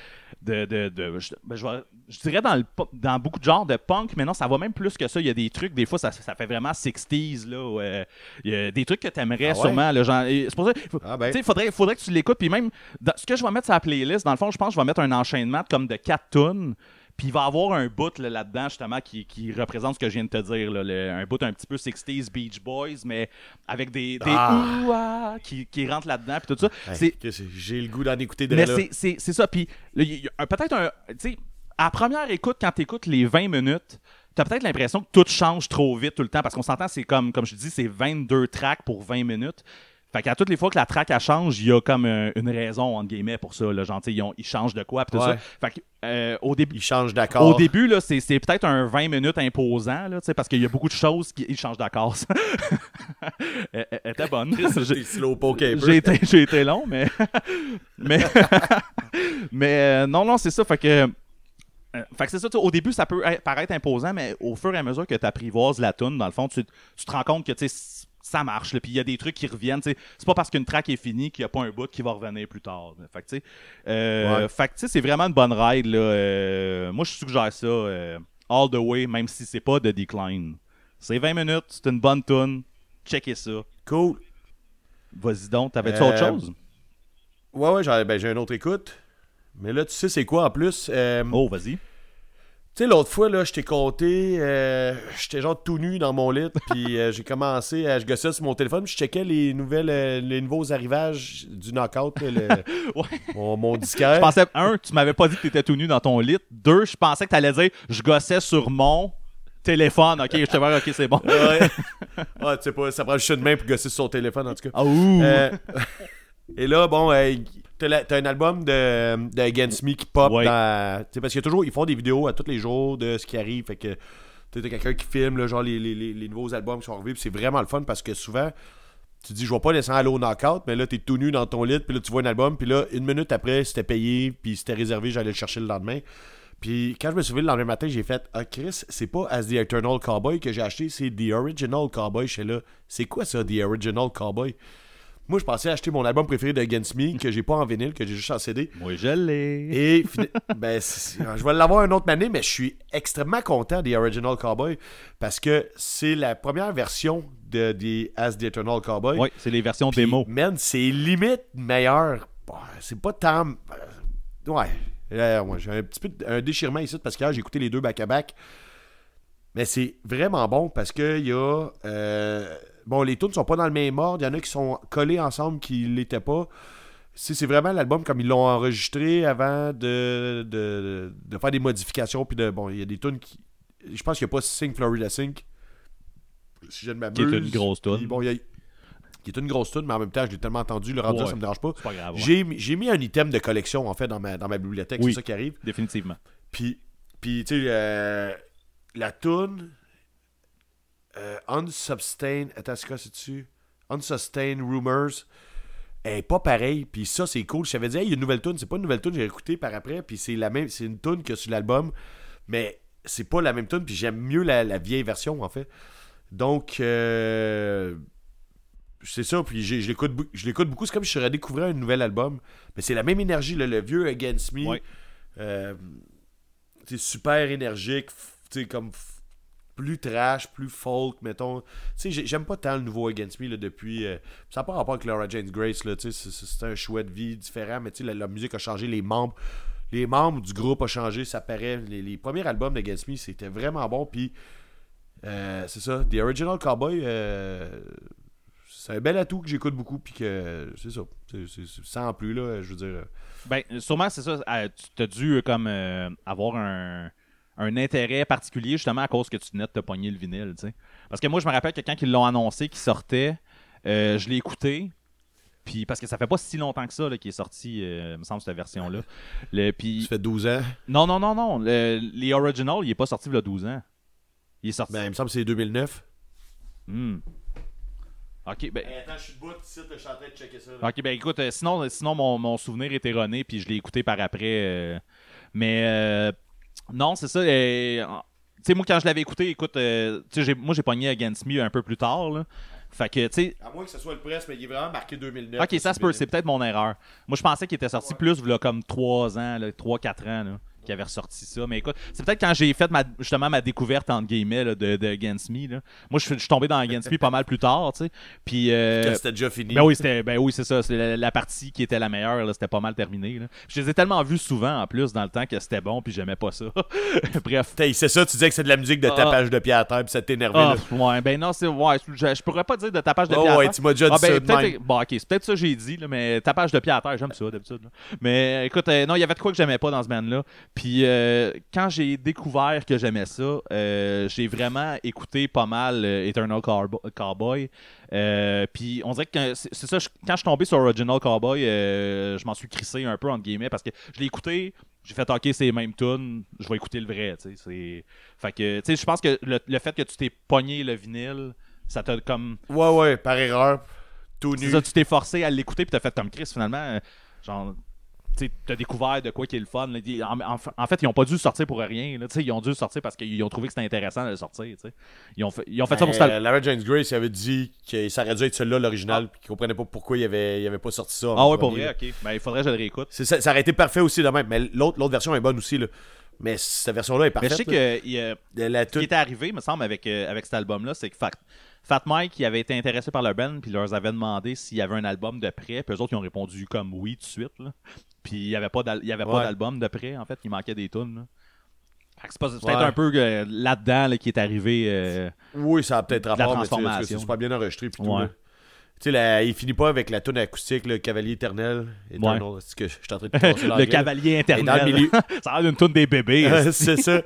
je dirais dans beaucoup de genres de punk, mais non, ça va même plus que ça. Il y a des trucs, des fois, ça fait vraiment 60s. Là, il y a des trucs que tu aimerais sûrement. Là, genre, c'est pour ça il faudrait que tu l'écoutes. Puis même, ce que je vais mettre sur la playlist, dans le fond, je pense que je vais mettre un enchaînement comme de 4 tunes. Puis il va y avoir un bout là-dedans, justement, qui représente ce que je viens de te dire. Là, un bout un petit peu 60s Beach Boys, mais avec des ouah qui rentrent là-dedans, puis tout ça. J'ai le goût d'en écouter de mais là. C'est ça. Puis peut-être un... Tu sais, à la première écoute, quand tu écoutes les 20 minutes, tu as peut-être l'impression que tout change trop vite tout le temps, parce qu'on s'entend, c'est comme je dis, c'est 22 tracks pour 20 minutes. Fait qu'à toutes les fois que la track elle change, il y a comme une raison entre guillemets pour ça. Là, genre, ils changent de quoi pis tout ça. Fait que, au début, ils changent d'accord. Au début, là, c'est peut-être un 20 minutes imposant, là, parce qu'il y a beaucoup de choses qui changent d'accord. Elle était bonne. J'ai été long, mais mais non, c'est ça. Fait que c'est ça, au début, ça peut paraître imposant, mais au fur et à mesure que tu apprivoises la toune, dans le fond, tu te rends compte que ça marche, puis il y a des trucs qui reviennent. C'est pas parce qu'une track est finie qu'il n'y a pas un bout qui va revenir plus tard. Fait que c'est vraiment une bonne ride. Là. Moi, je suggère ça all the way, même si c'est pas de Decline. C'est 20 minutes, c'est une bonne toune. Checkez ça. Cool. Vas-y donc, t'avais-tu autre chose? Ouais, j'ai une autre écoute. Mais là, tu sais c'est quoi en plus? Oh, vas-y. Tu sais, l'autre fois, là, je t'ai compté, j'étais genre tout nu dans mon lit, puis j'ai commencé, je gossais sur mon téléphone, puis je checkais les nouveaux arrivages du Knockout, là, mon disquaire. Je pensais, tu m'avais pas dit que t'étais tout nu dans ton lit. 2, je pensais que t'allais dire, je gossais sur mon téléphone. Ok, je te vois, ok, c'est bon. Ouais. Tu sais pas, ça prend juste une main pour gosser sur son téléphone, en tout cas. Et là, bon, t'as un album de Against Me qui pop dans... Parce qu'il y a toujours... Ils font des vidéos à tous les jours de ce qui arrive. Fait que t'as quelqu'un qui filme là, genre les nouveaux albums qui sont arrivés. Puis c'est vraiment le fun parce que souvent, tu te dis, je vais pas descendre aller au Knockout, mais là, t'es tout nu dans ton lit. Puis là, tu vois un album. Puis là, 1 minute après, c'était payé. Puis c'était réservé. J'allais le chercher le lendemain. Puis quand je me suis levé le lendemain matin, j'ai fait, Chris, c'est pas As the Eternal Cowboy que j'ai acheté, c'est The Original Cowboy. Je suis là, c'est quoi ça, The Original Cowboy? Moi, je pensais acheter mon album préféré de Against Me, que j'ai pas en vinyle, que j'ai juste en CD. Moi, je l'ai. Et je vais l'avoir une autre année, mais je suis extrêmement content des Original Cowboy parce que c'est la première version de As the Eternal Cowboy. Oui, c'est les versions démo. Man, c'est limite meilleur. C'est pas tant... j'ai un petit peu un déchirement ici parce que j'ai écouté les deux back-à-back. Mais c'est vraiment bon parce que il y a... Bon, les tunes sont pas dans le même ordre. Il y en a qui sont collés ensemble qui l'étaient pas. C'est vraiment l'album comme ils l'ont enregistré avant de faire des modifications. Puis il y a des tunes qui... Je pense qu'il n'y a pas Sing Florida Sink. Si je ne m'abuse. Qui est une grosse tune. Qui est une grosse tune, mais en même temps, je l'ai tellement entendu. Le rendu, ça me dérange pas. C'est pas grave. J'ai mis un item de collection, en fait, dans ma bibliothèque. Oui, c'est ça qui arrive. Définitivement. Puis tu sais, la tune... Unsustained... Attends, c'est quoi, c'est dessus? Unsustained Rumors est pas pareil. Puis ça, c'est cool. Je t'avais dit, il y a une nouvelle tune. C'est pas une nouvelle tune, j'ai écouté par après. Puis c'est une tune que sur l'album. Mais c'est pas la même tune. Puis j'aime mieux la vieille version, en fait. Donc, c'est ça. Puis je l'écoute beaucoup. C'est comme si je redécouvrais un nouvel album. Mais c'est la même énergie. Le vieux Against Me. Ouais. C'est super énergique. Tu sais, comme... plus trash, plus folk, mettons. Tu sais, j'aime pas tant le nouveau Against Me là, depuis... ça n'a pas rapport avec Laura Jane Grace, là, tu sais, c'est un choix de vie différent, mais tu sais, la musique a changé, les membres du groupe ont changé, ça paraît. Les premiers albums d'Against Me, c'était vraiment bon, puis c'est ça, The Original Cowboy, c'est un bel atout que j'écoute beaucoup, puis que c'est ça, c'est sans plus, là, je veux dire... Ben, sûrement, c'est ça, tu as dû comme avoir un intérêt particulier justement à cause que tu venais de te pogner le vinyle, tu sais. Parce que moi, je me rappelle que quand ils l'ont annoncé qu'il sortait, je l'ai écouté, puis parce que ça fait pas si longtemps que ça qu'il est sorti, me semble, cette version-là. Ça fait 12 ans? Non. Les Original, il est pas sorti il y a 12 ans. Il est sorti... Ben, il me semble que c'est 2009. Ok, ben... Attends, je suis debout ici, je suis en train de checker ça. Là. Ok, ben écoute, sinon mon souvenir est erroné, puis je l'ai écouté par après. Mais... non, c'est ça. Tu sais, moi, quand je l'avais écouté, écoute, moi, j'ai pogné Against Me un peu plus tard, là. Fait que, tu sais... À moins que ce soit le presse, mais il est vraiment marqué 2009. Ok, ça se peut, c'est peut-être mon erreur. Moi, je pensais qu'il était sorti plus, là, comme 3 ans, 3-4 ans, là. qui avait ressorti ça. Mais écoute, c'est peut-être quand j'ai fait justement ma découverte entre guillemets là, de Against Me. Là. Moi, je suis tombé dans Against Me pas mal plus tard, tu sais. Puis c'était déjà fini. Ben oui, c'est ça. C'est la partie qui était la meilleure. Là, c'était pas mal terminé. Là. Je les ai tellement vus souvent en plus dans le temps que c'était bon, puis j'aimais pas ça. Bref. C'est ça, tu disais que c'est de la musique de tapage de pied à terre, puis ça t'énervait. Ouais, ben non, je pourrais pas dire de tapage de pied à terre. Ouais, tu m'as déjà dit ça de même. Bon, ok, c'est peut-être ça que j'ai dit, là, mais tapage de pied à terre, j'aime ça d'habitude. Là. Mais écoute, non, il y avait de quoi que j'aimais pas dans ce band-là. Puis quand j'ai découvert que j'aimais ça, j'ai vraiment écouté pas mal Eternal Cowboy. Puis on dirait que c'est ça, quand je suis tombé sur Original Cowboy, je m'en suis crissé un peu entre guillemets parce que je l'ai écouté, j'ai fait ok, c'est les mêmes tunes, je vais écouter le vrai, tu sais. Fait que tu sais, je pense que le fait que tu t'es pogné le vinyle, ça t'a comme ouais, par erreur, tout nu. C'est ça, tu t'es forcé à l'écouter puis t'as fait comme Chris finalement, genre t'as découvert de quoi qui est le fun. Là. En fait, ils ont pas dû sortir pour rien. Là, ils ont dû sortir parce qu'ils ont trouvé que c'était intéressant de le sortir. T'sais. Ils ont fait ça pour ça. Larry James Grace avait dit que ça aurait dû être celui-là l'original, puis qu'il comprenait pas pourquoi il avait pas sorti ça. Ah ouais, pour vrai, ok. Ben, il faudrait que je le réécoute. Ça aurait été parfait aussi de même, mais l'autre version est bonne aussi. Là. Mais cette version-là est parfaite. Mais je sais que ce qui était arrivé, me semble, avec cet album-là, c'est que Fat Mike, il avait été intéressé par le band, puis leur avait demandé s'il y avait un album de près, puis eux autres, ils ont répondu comme oui tout de suite. Là. Puis il n'y avait pas d'album de près, en fait, il manquait des tunes. C'est peut-être un peu là-dedans là, qui est arrivé. Oui, ça a peut-être rapport, mais c'est super bien enregistré. Puis tout, tu sais, il finit pas avec la tune acoustique, le Cavalier Éternel. Eternal, c'est que je suis en train de passer le Cavalier Éternel. Ça a l'air d'une tune des bébés. C'est ça.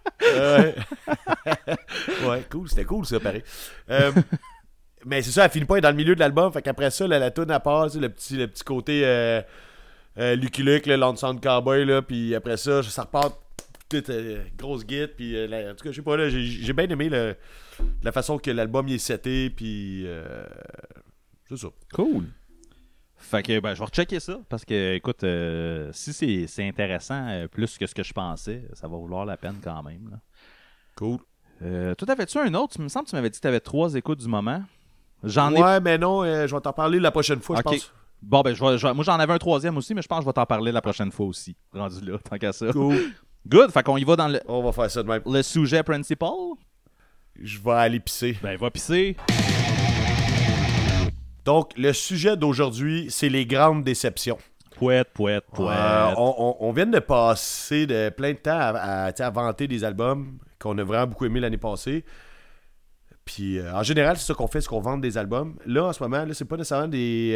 Ouais, cool, c'était cool ça, pareil. Mais c'est ça, elle finit pas dans le milieu de l'album. Fait qu'après ça, la tune à part, le petit côté Lucky Luke, le Lonesome Cowboy, là, puis après ça repart toute grosse guide, puis en tout cas, je sais pas, là, j'ai bien aimé la façon que l'album il est seté, puis c'est ça. Cool. Fait que je vais rechecker ça, parce que, écoute, si c'est intéressant, plus que ce que je pensais, ça va vouloir la peine quand même. Là. Cool. Toi, t'avais-tu un autre? Il me semble que tu m'avais dit que t'avais 3 écoutes du moment. Ouais, mais non, je vais t'en parler la prochaine fois, okay. Je pense. Bon, moi, j'en avais un 3e aussi, mais je pense que je vais t'en parler la prochaine fois aussi. Rendu là, tant qu'à ça. Cool. Good, fait qu'on y va dans le... On va faire ça de même. Le sujet principal. Je vais aller pisser. Ben, va pisser. Donc, le sujet d'aujourd'hui, c'est les grandes déceptions. Pouette. On vient de passer de plein de temps à vanter des albums qu'on a vraiment beaucoup aimé l'année passée. Puis, en général, c'est ça qu'on fait, c'est qu'on vante des albums. Là, en ce moment, c'est pas nécessairement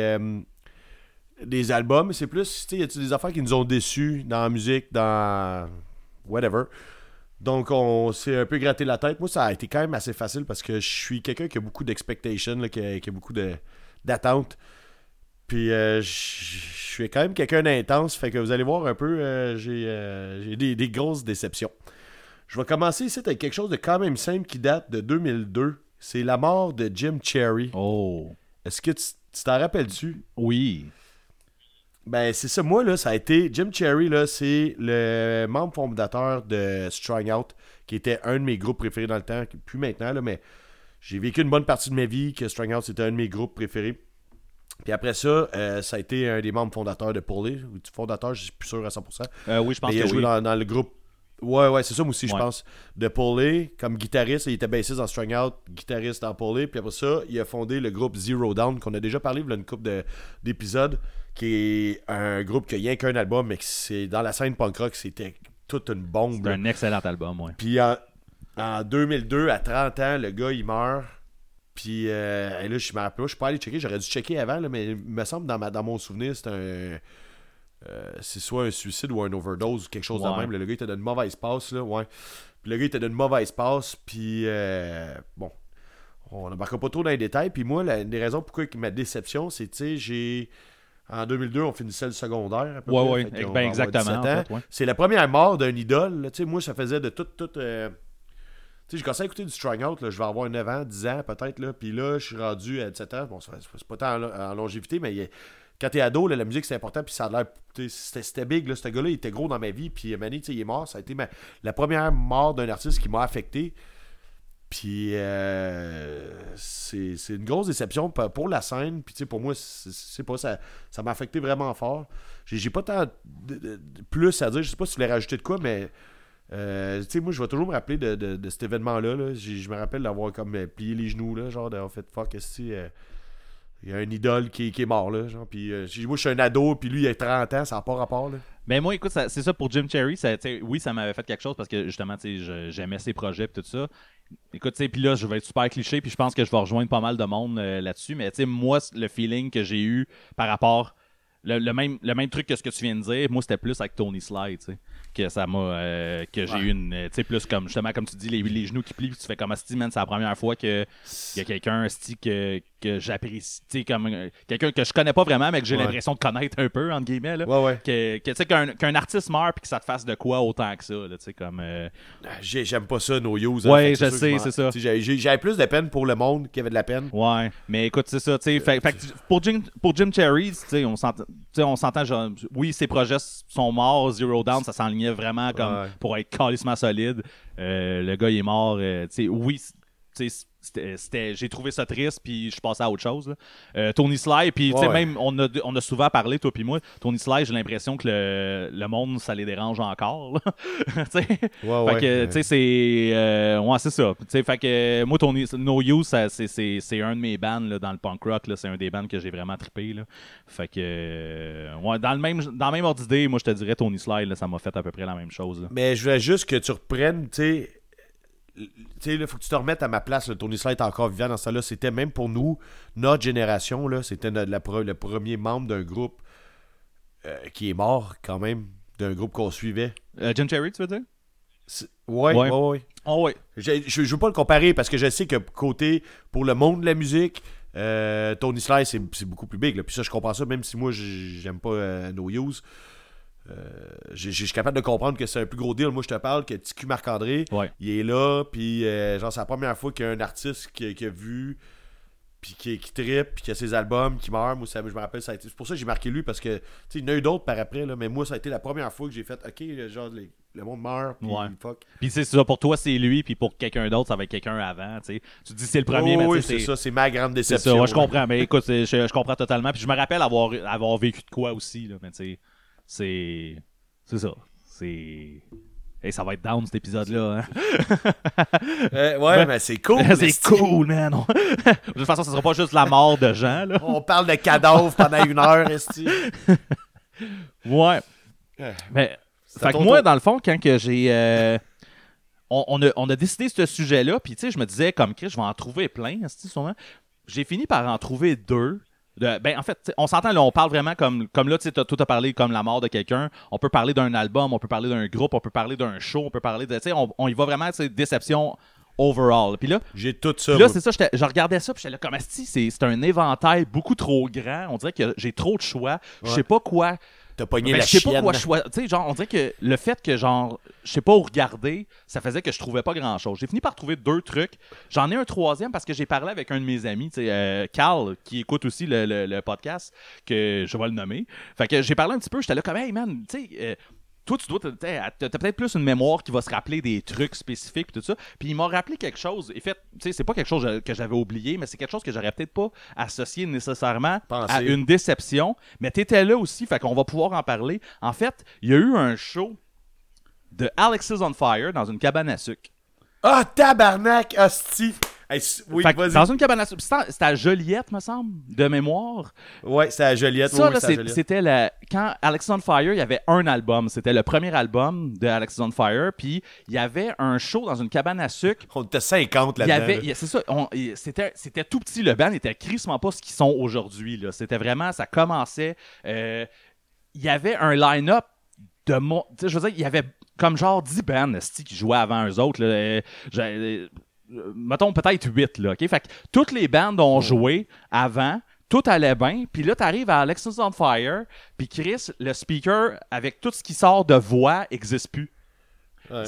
des albums, c'est plus, tu sais, y a des affaires qui nous ont déçus dans la musique, dans whatever. Donc, on s'est un peu gratté la tête. Moi, ça a été quand même assez facile parce que je suis quelqu'un qui a beaucoup d'expectations, qui a beaucoup d'attentes. Puis, je suis quand même quelqu'un d'intense. Fait que vous allez voir un peu, j'ai des grosses déceptions. Je vais commencer ici avec quelque chose de quand même simple qui date de 2002. C'est la mort de Jim Cherry. Oh. Est-ce que tu t'en rappelles-tu? Oui. Ben, c'est ça. Moi, là, ça a été... Jim Cherry, là, c'est le membre fondateur de Strung Out, qui était un de mes groupes préférés dans le temps. Plus maintenant, là, mais j'ai vécu une bonne partie de ma vie que Strung Out, c'était un de mes groupes préférés. Puis après ça, ça a été un des membres fondateurs de Paulie. Fondateur, je suis plus sûr à 100%. Oui, je pense mais que il a joué dans le groupe. Ouais, c'est ça, moi aussi, je pense. De Paulie, comme guitariste, il était bassiste dans Strung Out, guitariste dans Paulie. Puis après ça, il a fondé le groupe Zero Down, qu'on a déjà parlé il y a une couple d'épisodes, qui est un groupe qui a rien qu'un album, mais que c'est dans la scène punk rock, c'était toute une bombe. C'est un excellent album, ouais. Puis en 2002, à 30 ans, le gars, il meurt. Puis là, je me rappelle pas, je suis pas allé checker, j'aurais dû checker avant, là, mais il me semble, dans mon souvenir, c'est soit un suicide ou un overdose ou quelque chose de même. Le gars était dans une mauvaise passe, là, ouais. Puis le gars était dans une mauvaise passe, puis bon, on n'embarquera pas trop dans les détails. Puis moi, une des raisons pourquoi ma déception, c'est, tu sais, en 2002, on finissait le secondaire. À peu près, ouais, ben exactement. En fait, ouais. C'est la première mort d'un idole, tu sais, moi, ça faisait de tout tu sais, j'ai commencé à écouter du Strung Out, là, je vais avoir 9 ans, 10 ans peut-être, là, puis là, je suis rendu à 17 ans, bon, c'est pas tant en longévité, mais quand t'es ado, là, la musique c'est important, puis ça a l'air, c'était big, là, ce gars-là, il était gros dans ma vie, puis Manny, il est mort, ça a été la première mort d'un artiste qui m'a affecté, Puis c'est une grosse déception pour la scène. Puis pour moi, c'est pas ça m'a affecté vraiment fort. J'ai pas tant de plus à dire. Je sais pas si tu voulais rajouter de quoi, mais moi je vais toujours me rappeler de cet événement-là. Là. Je me rappelle d'avoir comme plié les genoux, là, genre d'avoir fait fuck, il y a un idole qui est mort, là, genre. Puis moi je suis un ado, puis lui il a 30 ans, ça n'a pas rapport, là. Mais moi, écoute, c'est ça pour Jim Cherry. Oui, ça m'avait fait quelque chose parce que justement, j'aimais ses projets et tout ça. Écoute, puis là, je vais être super cliché, puis je pense que je vais rejoindre pas mal de monde là-dessus. Mais moi, le feeling que j'ai eu par rapport. Le même truc que ce que tu viens de dire, moi, c'était plus avec Tony Sly, tu sais. Que ça m'a. Que j'ai eu une. Tu sais, plus comme, justement, comme tu dis, les genoux qui plient, puis tu fais comme Asti, man, c'est la première fois qu'il y a quelqu'un, Asti, que j'apprécie, tu sais, comme quelqu'un que je connais pas vraiment, mais que j'ai l'impression de connaître un peu, entre guillemets, là. Que tu sais, qu'un artiste meurt, puis que ça te fasse de quoi autant que ça, là, tu sais, comme. J'aime pas ça, No Use. Ouais, je sais, c'est ça. J'avais plus de peine pour le monde qui avait de la peine. Ouais, mais écoute, c'est ça, tu sais. Pour Jim Cherry, tu sais, on s'entend, genre, oui, ses projets sont morts, Zero Down, ça s'enlignait vraiment comme pour être calissement solide. Le gars, il est mort. Tu sais, oui, tu sais, j'ai trouvé ça triste, puis je suis passé à autre chose. Tony Sly, puis tu sais, même, on a souvent parlé, toi puis moi, Tony Sly, j'ai l'impression que le monde, ça les dérange encore. Tu sais, fait que, tu sais, c'est ça. Tu sais, fait que moi, Tony No Use, c'est un de mes bands là, dans le punk rock, là, c'est un des bands que j'ai vraiment trippé. Là. Fait que, dans le même ordre d'idée, moi, je te dirais Tony Sly, là, ça m'a fait à peu près la même chose. Là. Mais je voulais juste que tu reprennes, tu sais, il faut que tu te remettes à ma place. Là. Tony Sly est encore vivant dans ce temps-là. C'était même pour nous, notre génération, là, c'était le premier membre d'un groupe qui est mort quand même, d'un groupe qu'on suivait. Jim Cherry, tu veux dire? Ouais. Oh, ouais. Je veux pas le comparer parce que je sais que côté pour le monde de la musique, Tony Sly c'est beaucoup plus big. Là. Puis ça, je comprends ça, même si moi j'aime pas No Use. Je suis capable de comprendre que c'est un plus gros deal. Moi, je te parle que TQ Marc-André, il est là, puis genre, c'est la première fois qu'il y a un artiste qui a vu, puis qui trippe, puis qui a ses albums, qui meurt. Moi, je me rappelle, ça a été. C'est pour ça que j'ai marqué lui, parce que, tu sais, il y en a eu d'autres par après, là, mais moi, ça a été la première fois que j'ai fait, OK, genre, le monde meurt, puis fuck. Puis c'est ça, pour toi, c'est lui, puis pour quelqu'un d'autre, ça va être quelqu'un avant, tu sais. Tu dis c'est le premier, mais oui, c'est ça, c'est ma grande déception. C'est ça, je comprends, mais écoute, je comprends totalement, puis je me rappelle avoir vécu de quoi aussi, là, mais tu sais. C'est ça. Hey, ça va être down cet épisode-là. Hein? Mais c'est cool. C'est cool, man. De toute façon, ce sera pas juste la mort de gens. Là. On parle de cadavres pendant 1 heure, esti. Ouais. Mais, fait que moi, dans le fond, quand que j'ai... on a décidé ce sujet-là, puis tu sais, je me disais, comme Chris, je vais en trouver plein, esti, sûrement. J'ai fini par en trouver 2. En fait, on s'entend, là, on parle vraiment comme là, tu sais, tout a parlé comme la mort de quelqu'un. On peut parler d'un album, on peut parler d'un groupe, on peut parler d'un show, on peut parler de, tu sais, on y va vraiment, tu sais, déception overall. Puis là, j'ai tout ça. Puis là, c'est ça, je regardais ça, puis j'étais là, comme asti, c'est un éventail beaucoup trop grand. On dirait que j'ai trop de choix. Je sais pas quoi. T'as pogné la chienne. Je sais pas quoi choisir. Tu sais, genre, on dirait que le fait que, genre, je sais pas où regarder, ça faisait que je trouvais pas grand-chose. J'ai fini par trouver 2 trucs. J'en ai un 3e parce que j'ai parlé avec un de mes amis, tu sais, Carl, qui écoute aussi le podcast, que je vais le nommer. Fait que j'ai parlé un petit peu, j'étais là comme, hey man, tu sais... toi, t'as peut-être plus une mémoire qui va se rappeler des trucs spécifiques et tout ça. Puis il m'a rappelé quelque chose. En fait, tu sais, c'est pas quelque chose que j'avais oublié, mais c'est quelque chose que j'aurais peut-être pas associé nécessairement à une déception. Mais t'étais là aussi, fait qu'on va pouvoir en parler. En fait, il y a eu un show de Alexis on Fire dans une cabane à sucre. Ah, tabarnak, hostie! Hey, oui, vas-y. Dans une cabane à sucre. C'était à Joliette, me semble, de mémoire. Ouais, c'est à Joliette. Ça, oui, là, c'était quand Alexis on Fire, il y avait un album. C'était le premier album de Alexis on Fire. Puis il y avait un show dans une cabane à sucre. On était 50 là-dedans. C'est ça. C'était tout petit. Le band était crissement pas ce qu'ils sont aujourd'hui. Là. C'était vraiment... Ça commençait... Il y avait un line-up de... je veux dire, il y avait comme genre 10 bands qui jouaient avant eux autres. Là. Mettons peut-être 8, là, OK? Fait que toutes les bandes ont joué avant, tout allait bien, puis là, t'arrives à Alexis on Fire, puis Chris, le speaker, avec tout ce qui sort de voix, n'existe plus. Ouais.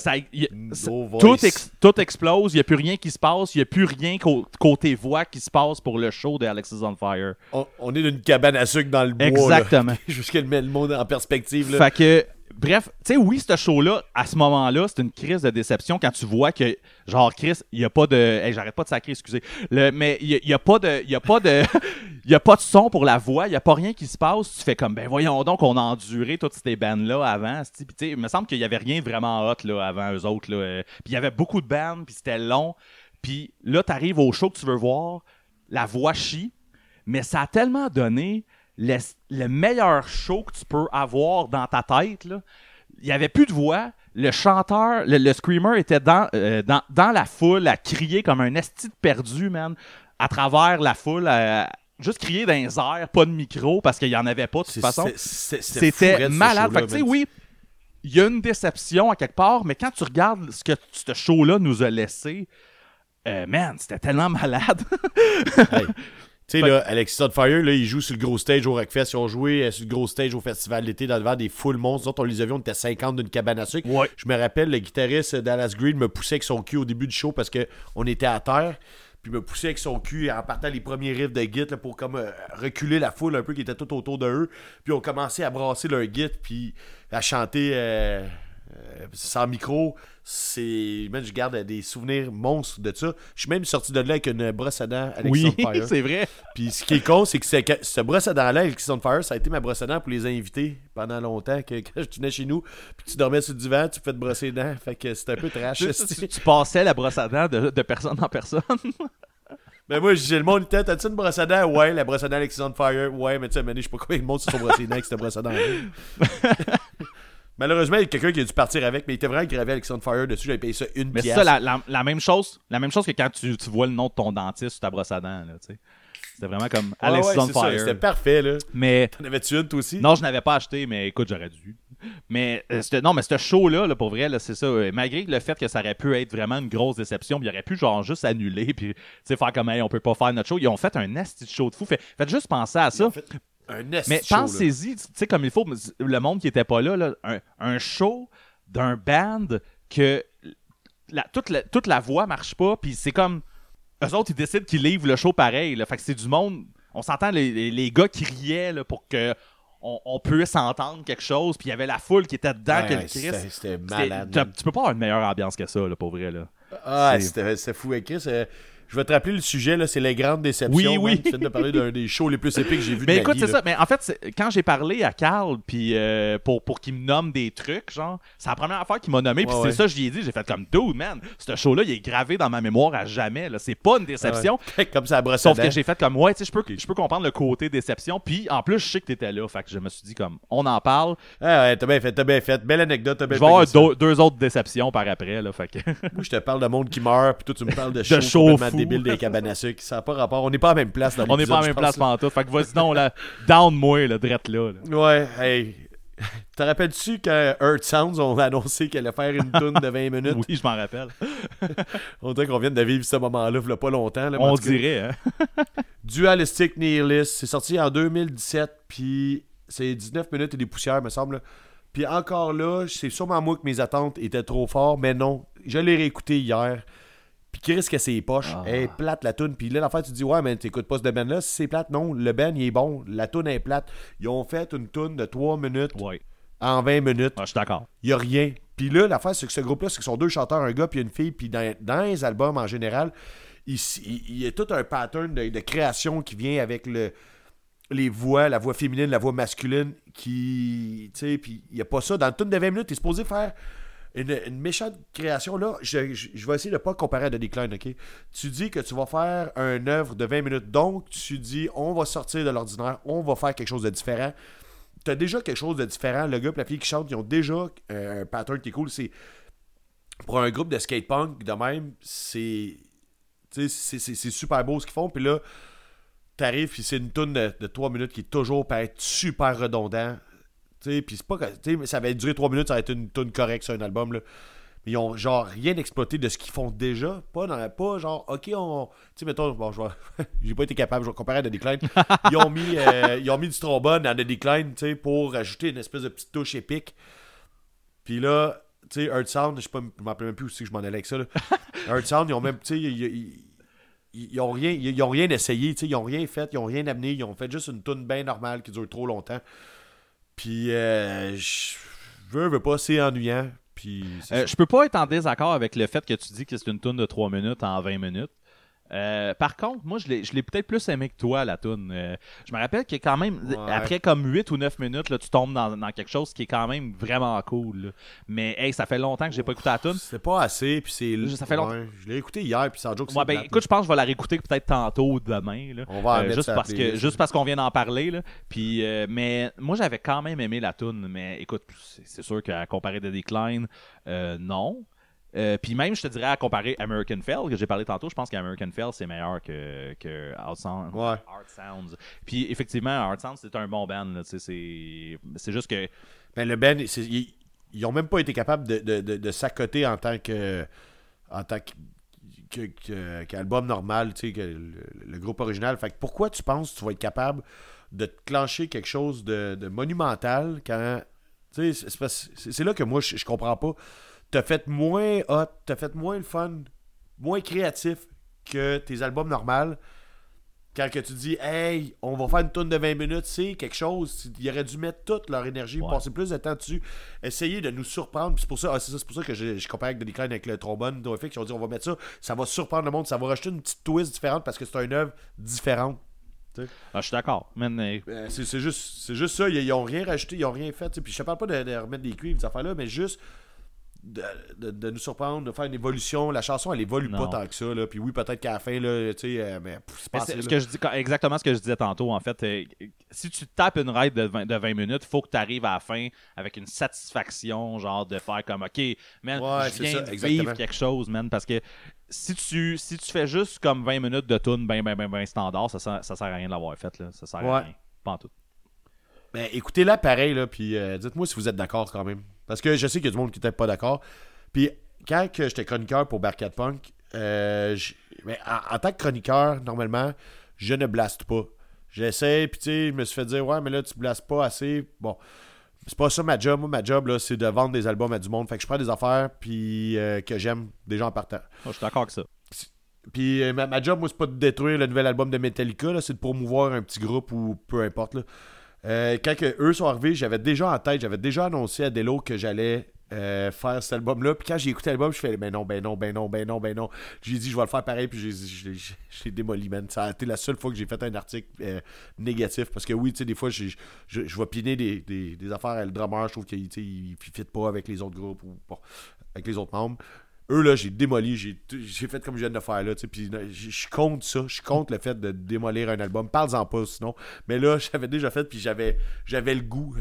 Tout explose, il n'y a plus rien qui se passe, il n'y a plus rien côté voix qui se passe pour le show de Alexis on Fire. On est d'une cabane à sucre dans le bois. Exactement. Jusqu'à mettre le monde en perspective. Là. Fait que bref, tu sais, oui, ce show-là, à ce moment-là, c'est une crise de déception quand tu vois que, genre, Chris, il n'y a pas de... Hey, j'arrête pas de sacrer, excusez. Mais il n'y a pas de... Il y a pas de... Il n'y a pas de son pour la voix, il n'y a pas rien qui se passe. Tu fais comme, ben voyons donc, on a enduré toutes ces bands-là avant. Puis tu sais, il me semble qu'il n'y avait rien vraiment hot là, avant eux autres. Là. Puis il y avait beaucoup de bands, puis c'était long. Puis là, tu arrives au show que tu veux voir, la voix chie, mais ça a tellement donné le meilleur show que tu peux avoir dans ta tête. Là. Il n'y avait plus de voix. Le chanteur, le screamer était dans la foule à crier comme un esti de perdu, man, à travers la foule, juste crier dans les airs, pas de micro, parce qu'il n'y en avait pas de toute façon. C'était malade. Fait que tu sais, oui, il y a une déception à quelque part, mais quand tu regardes ce que ce show-là nous a laissé, man, c'était tellement malade. Hey. Tu sais, là, Alexis on Fire, là, il joue sur le gros stage au Rockfest. Ils ont joué sur le gros stage au Festival d'été devant des foules monstres. Nous autres, on les avions, on était 50 d'une cabane à sucre. Ouais. Je me rappelle, le guitariste Dallas Green me poussait avec son cul au début du show parce qu'on était à terre. Puis me poussait avec son cul en partant les premiers riffs de git là, pour comme reculer la foule un peu qui était tout autour de eux. Puis on commençait à brasser leur git puis à chanter sans micro. Même je garde des souvenirs monstres de ça. Je suis même sorti de là avec une brosse à dents Alexis on Fire. Oui, c'est vrai. Puis ce qui est con, c'est que ce brosse à dents-là, Alexis on Fire, ça a été ma brosse à dents pour les invités pendant longtemps. Quand je venais chez nous, puis tu dormais sur le divan, tu fais te brosser les dents. Fait que c'était un peu trash. tu passais la brosse à dents de personne en personne. Mais moi, j'ai le monde était, t'as-tu une brosse à dents? Ouais, la brosse à dents Alexis on Fire. Ouais, mais tu sais, je sais pas combien de monde se sont brossés les dents avec cette brosse à dents. Malheureusement, il y a quelqu'un qui a dû partir avec, mais il était vraiment gravé Alexis on Fire dessus. J'avais payé ça une pièce. Mais c'est ça, la même chose que quand tu vois le nom de ton dentiste sur ta brosse à dents. Là, c'était vraiment comme Alexis on Fire. C'était parfait, là. Mais t'en avais-tu une, toi aussi? Non, je n'avais pas acheté, mais écoute, j'aurais dû. Mais mais ce show-là, là, pour vrai, là, c'est ça. Malgré le fait que ça aurait pu être vraiment une grosse déception, il aurait pu genre juste annuler puis faire comme hey, on peut pas faire notre show. Ils ont fait un esti de show de fou. Faites juste penser à ça. Mais pensez-y, tu sais, comme il faut, le monde qui était pas là, un show d'un band que toute la voix marche pas, puis c'est comme eux autres, ils décident qu'ils livrent le show pareil. Là, fait que c'est du monde. On s'entend les gars qui riaient là, pour que on puisse entendre quelque chose, puis il y avait la foule qui était dedans, c'était malade. Tu peux pas avoir une meilleure ambiance que ça, là, pour vrai. Là. Ah, c'était fou avec Chris. Je vais te rappeler le sujet, là, c'est les grandes déceptions. Oui. Tu viens de parler d'un des shows les plus épiques que j'ai vu de mais ma écoute, vie. C'est ça. Mais en fait, quand j'ai parlé à Carl puis pour qu'il me nomme des trucs, genre, c'est la première affaire qu'il m'a nommé. Puis c'est ça, je lui ai dit. J'ai fait comme, dude, man, ce show-là, il est gravé dans ma mémoire à jamais. Là. C'est pas une déception. Comme ça, à brosse Sauf que j'ai fait comme, ouais, tu sais, je peux comprendre le côté déception. Puis en plus, je sais que t'étais là. Fait que je me suis dit, comme, on en parle. Ah ouais, t'as bien fait. Belle anecdote. Je vais avoir deux autres déceptions par après. Là, fait que... Moi, je te parle de monde qui meurt. Puis toi, tu me parles de shows complètement débiles des cabanes à sucre. Ça n'a pas rapport. On n'est pas à la même place dans l'épisode. On n'est pas à la même place pantoute. Fait que vas-y donc, là, down-moi, là, drette là. Ouais, hey. Te rappelles-tu quand Earth Sounds ont annoncé qu'elle allait faire une toune de 20 minutes? Oui, je m'en rappelle. On dirait qu'on vient de vivre ce moment-là, il n'y a pas longtemps. Là, on dirait, hein? Dualistic Nihilist, c'est sorti en 2017, puis c'est 19 minutes et des poussières, me semble. Puis encore là, c'est sûrement moi que mes attentes étaient trop fortes, mais non, je l'ai réécouté hier. Puis qui risque que c'est poche. Elle est plate, la toune. Puis là, l'affaire, tu te dis, ouais, mais t'écoutes pas ce band-là. Si c'est plate, non. Le band, il est bon. La toune est plate. Ils ont fait une toune de 3 minutes en 20 minutes. Je suis d'accord. Il y a rien. Puis là, l'affaire, c'est que ce groupe-là, c'est que sont deux chanteurs, un gars puis une fille. Puis dans les albums, en général, il y a tout un pattern de création qui vient avec les voix, la voix féminine, la voix masculine. Tu sais, puis il n'y a pas ça. Dans la toune de 20 minutes, t'es supposé faire... Une méchante création, là, je vais essayer de ne pas comparer à The Decline, ok? Tu dis que tu vas faire une œuvre de 20 minutes, donc tu dis, on va sortir de l'ordinaire, on va faire quelque chose de différent. Tu as déjà quelque chose de différent, le gars et la fille qui chantent, ils ont déjà un pattern qui est cool. C'est, pour un groupe de skate punk de même, c'est super beau ce qu'ils font, puis là, t'arrives, puis c'est une toune de 3 minutes qui est toujours pour être super redondant. Puis c'est pas que ça va durer 3 minutes, ça va être une tune correcte sur un album, là. Mais ils ont genre rien exploité de ce qu'ils font déjà. Pas genre, ok, tu sais, mettons, bon, j'ai pas été capable, je vais comparer à The Decline. Ils ont mis du trombone dans The Decline, tu sais, pour ajouter une espèce de petite touche épique. Puis là, tu sais, Earth Sound, je m'en rappelle même plus où je m'en allais avec ça, là. Earth Sound, ils ont même, tu sais, ils ont rien essayé, tu sais, ils ont rien fait, ils ont rien amené, ils ont fait juste une tune bien normale qui dure trop longtemps. Puis veux pas, c'est ennuyant. Puis je peux pas être en désaccord avec le fait que tu dis que c'est une toune de 3 minutes en 20 minutes. Par contre, moi, je l'ai peut-être plus aimé que toi, la toune. Je me rappelle que quand même, après comme 8 ou 9 minutes, là, tu tombes dans quelque chose qui est quand même vraiment cool. Là. Mais hey, ça fait longtemps que j'ai pas écouté la toune. C'est pas assez, puis ça fait longtemps. Je l'ai écouté hier, puis sans joke, c'est ben, écoute, je pense que je vais la réécouter peut-être tantôt ou demain. Là. On va juste parce qu'on vient d'en parler. Là. Puis, mais moi, j'avais quand même aimé la toune. Mais écoute, c'est sûr qu'à comparer The Decline, non. Puis même, je te dirais, à comparer American Fell, que j'ai parlé tantôt, je pense qu'American Fell, c'est meilleur que Art Sounds. Puis effectivement, Art Sounds, c'est un bon band. Là, c'est juste que... Ben, le band, ils ont même pas été capables de s'accoter en tant qu'album normal, tu sais, que le groupe original. Fait que pourquoi tu penses que tu vas être capable de te clencher quelque chose de monumental quand... Tu sais, c'est là que moi, je comprends pas. T'as fait moins hot, t'as fait moins le fun, moins créatif que tes albums normaux. Quand que tu dis, hey, on va faire une tourne de 20 minutes, c'est quelque chose. Ils auraient dû mettre toute leur énergie, passer plus de temps dessus, essayer de nous surprendre. Puis c'est pour ça que je compare avec The Decline avec le trombone d'OFX. Ils ont dit, on va mettre ça va surprendre le monde, ça va rajouter une petite twist différente parce que c'est une œuvre différente. Je suis d'accord. C'est juste ça, ils ont rien rajouté, ils ont rien fait. Puis je te parle pas de remettre des cuivres, ces affaires-là, mais juste. De nous surprendre, de faire une évolution. La chanson, elle évolue pas tant que ça. Là. Puis oui, peut-être qu'à la fin, là, tu sais, mais c'est pas ce que je dis, exactement ce que je disais tantôt. En fait, si tu tapes une ride de 20 minutes, il faut que tu arrives à la fin avec une satisfaction, genre de faire comme, OK, man, je viens de vivre quelque chose, man. Parce que si tu fais juste comme 20 minutes de tune ben standard, ça sert à rien de l'avoir fait. Là. Ça sert à rien. Pas en tout. Ben, écoutez-la pareil, là, puis dites-moi si vous êtes d'accord quand même. Parce que je sais qu'il y a du monde qui n'était pas d'accord. Puis quand j'étais chroniqueur pour Barcat Punk, en tant que chroniqueur, normalement, je ne blaste pas. J'essaie, puis tu sais, je me suis fait dire, ouais, mais là, tu blastes pas assez. Bon, c'est pas ça ma job. Moi, ma job, là, c'est de vendre des albums à du monde. Fait que je prends des affaires, puis que j'aime déjà en partant. Je suis d'accord avec ça. Puis ma job, moi, c'est pas de détruire le nouvel album de Metallica, là, c'est de promouvoir un petit groupe ou peu importe, là. Quand eux sont arrivés, j'avais déjà en tête, j'avais déjà annoncé à Delo que j'allais faire cet album-là. Puis quand j'ai écouté l'album, je fais ben non. J'ai dit je vais le faire pareil, puis j'ai démoli, man. Ça a été la seule fois que j'ai fait un article négatif. Parce que oui, tu sais, des fois, je vais piner des affaires. Le drummer, je trouve qu'il ne fit pas avec les autres groupes ou bon, avec les autres membres. Eux, là, j'ai démoli, j'ai fait comme je viens de le faire, là, tu sais, puis je suis contre ça, je suis contre le fait de démolir un album, parle-en pas, sinon, mais là, j'avais déjà fait, puis j'avais le goût,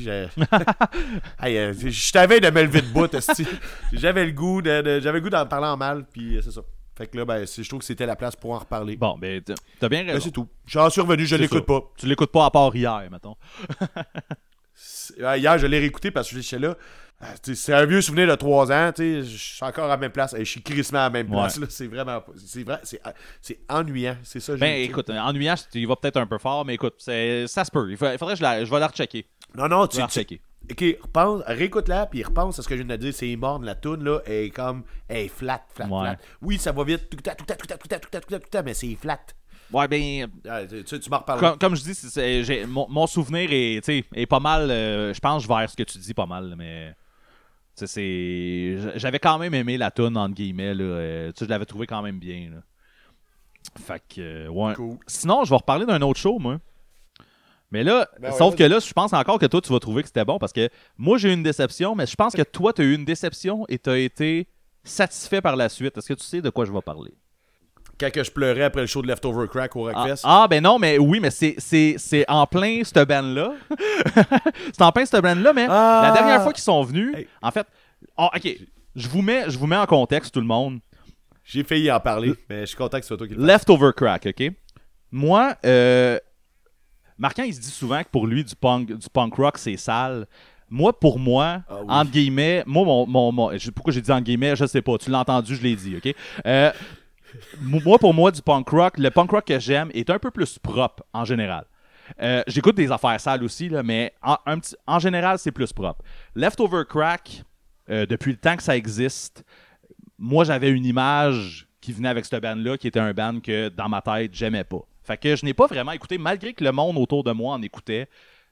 je t'avais de me lever de bout, j'avais le goût d'en parler en mal, puis c'est ça. Fait que là, ben, je trouve que c'était la place pour en reparler. Bon, ben, t'as bien raison. Ben, c'est tout. J'en suis revenu, je l'écoute pas. Tu l'écoutes pas à part hier, mettons. Hier, je l'ai réécouté parce que j'étais là. C'est un vieux souvenir de 3 ans, je suis encore à la même place. Je suis crissement à la même place. Là. C'est vraiment. C'est ennuyant. C'est ça. Ben écoute, ennuyant, il va peut-être un peu fort, mais écoute, ça se peut. Il faudrait que je vais la rechecker. Non, tu rechecker. Ok, repense, réécoute-la, puis repense à ce que je viens de dire. C'est mort, la toune, là, est comme. Elle est flat. Oui, ça va vite, tout mais c'est flat. Ouais, ben. Tu m'en reparles. Comme je dis, mon souvenir est pas mal. Je pense vers ce que tu dis pas mal, mais. J'avais quand même aimé la toune, entre guillemets. Là, je l'avais trouvé quand même bien. Là. Fait que, ouais. Cool. Sinon, je vais reparler d'un autre show, moi. Mais là, sauf que là, je pense encore que toi, tu vas trouver que c'était bon parce que moi, j'ai eu une déception, mais je pense que toi, tu as eu une déception et tu as été satisfait par la suite. Est-ce que tu sais de quoi je vais parler? Quand que je pleurais après le show de Leftover Crack au Rockfest. Ben non, mais oui, mais c'est en plein cette band-là. C'est en plein cette band-là, mais la dernière fois qu'ils sont venus, en fait... OK, je vous mets en contexte, tout le monde. J'ai failli en parler, mais je suis content que ce soit toi qui le fasses. Leftover Crack, OK? Moi, Marquand, il se dit souvent que pour lui, du punk rock, c'est sale. Pour moi, entre guillemets... pourquoi j'ai dit entre guillemets, je sais pas. Tu l'as entendu, je l'ai dit, OK? Pour moi, du punk rock, le punk rock que j'aime est un peu plus propre en général. J'écoute des affaires sales aussi, là, mais en général, c'est plus propre. Leftover Crack, depuis le temps que ça existe, moi, j'avais une image qui venait avec cette band-là, qui était un band que, dans ma tête, j'aimais pas. Fait que je n'ai pas vraiment écouté, malgré que le monde autour de moi en écoutait.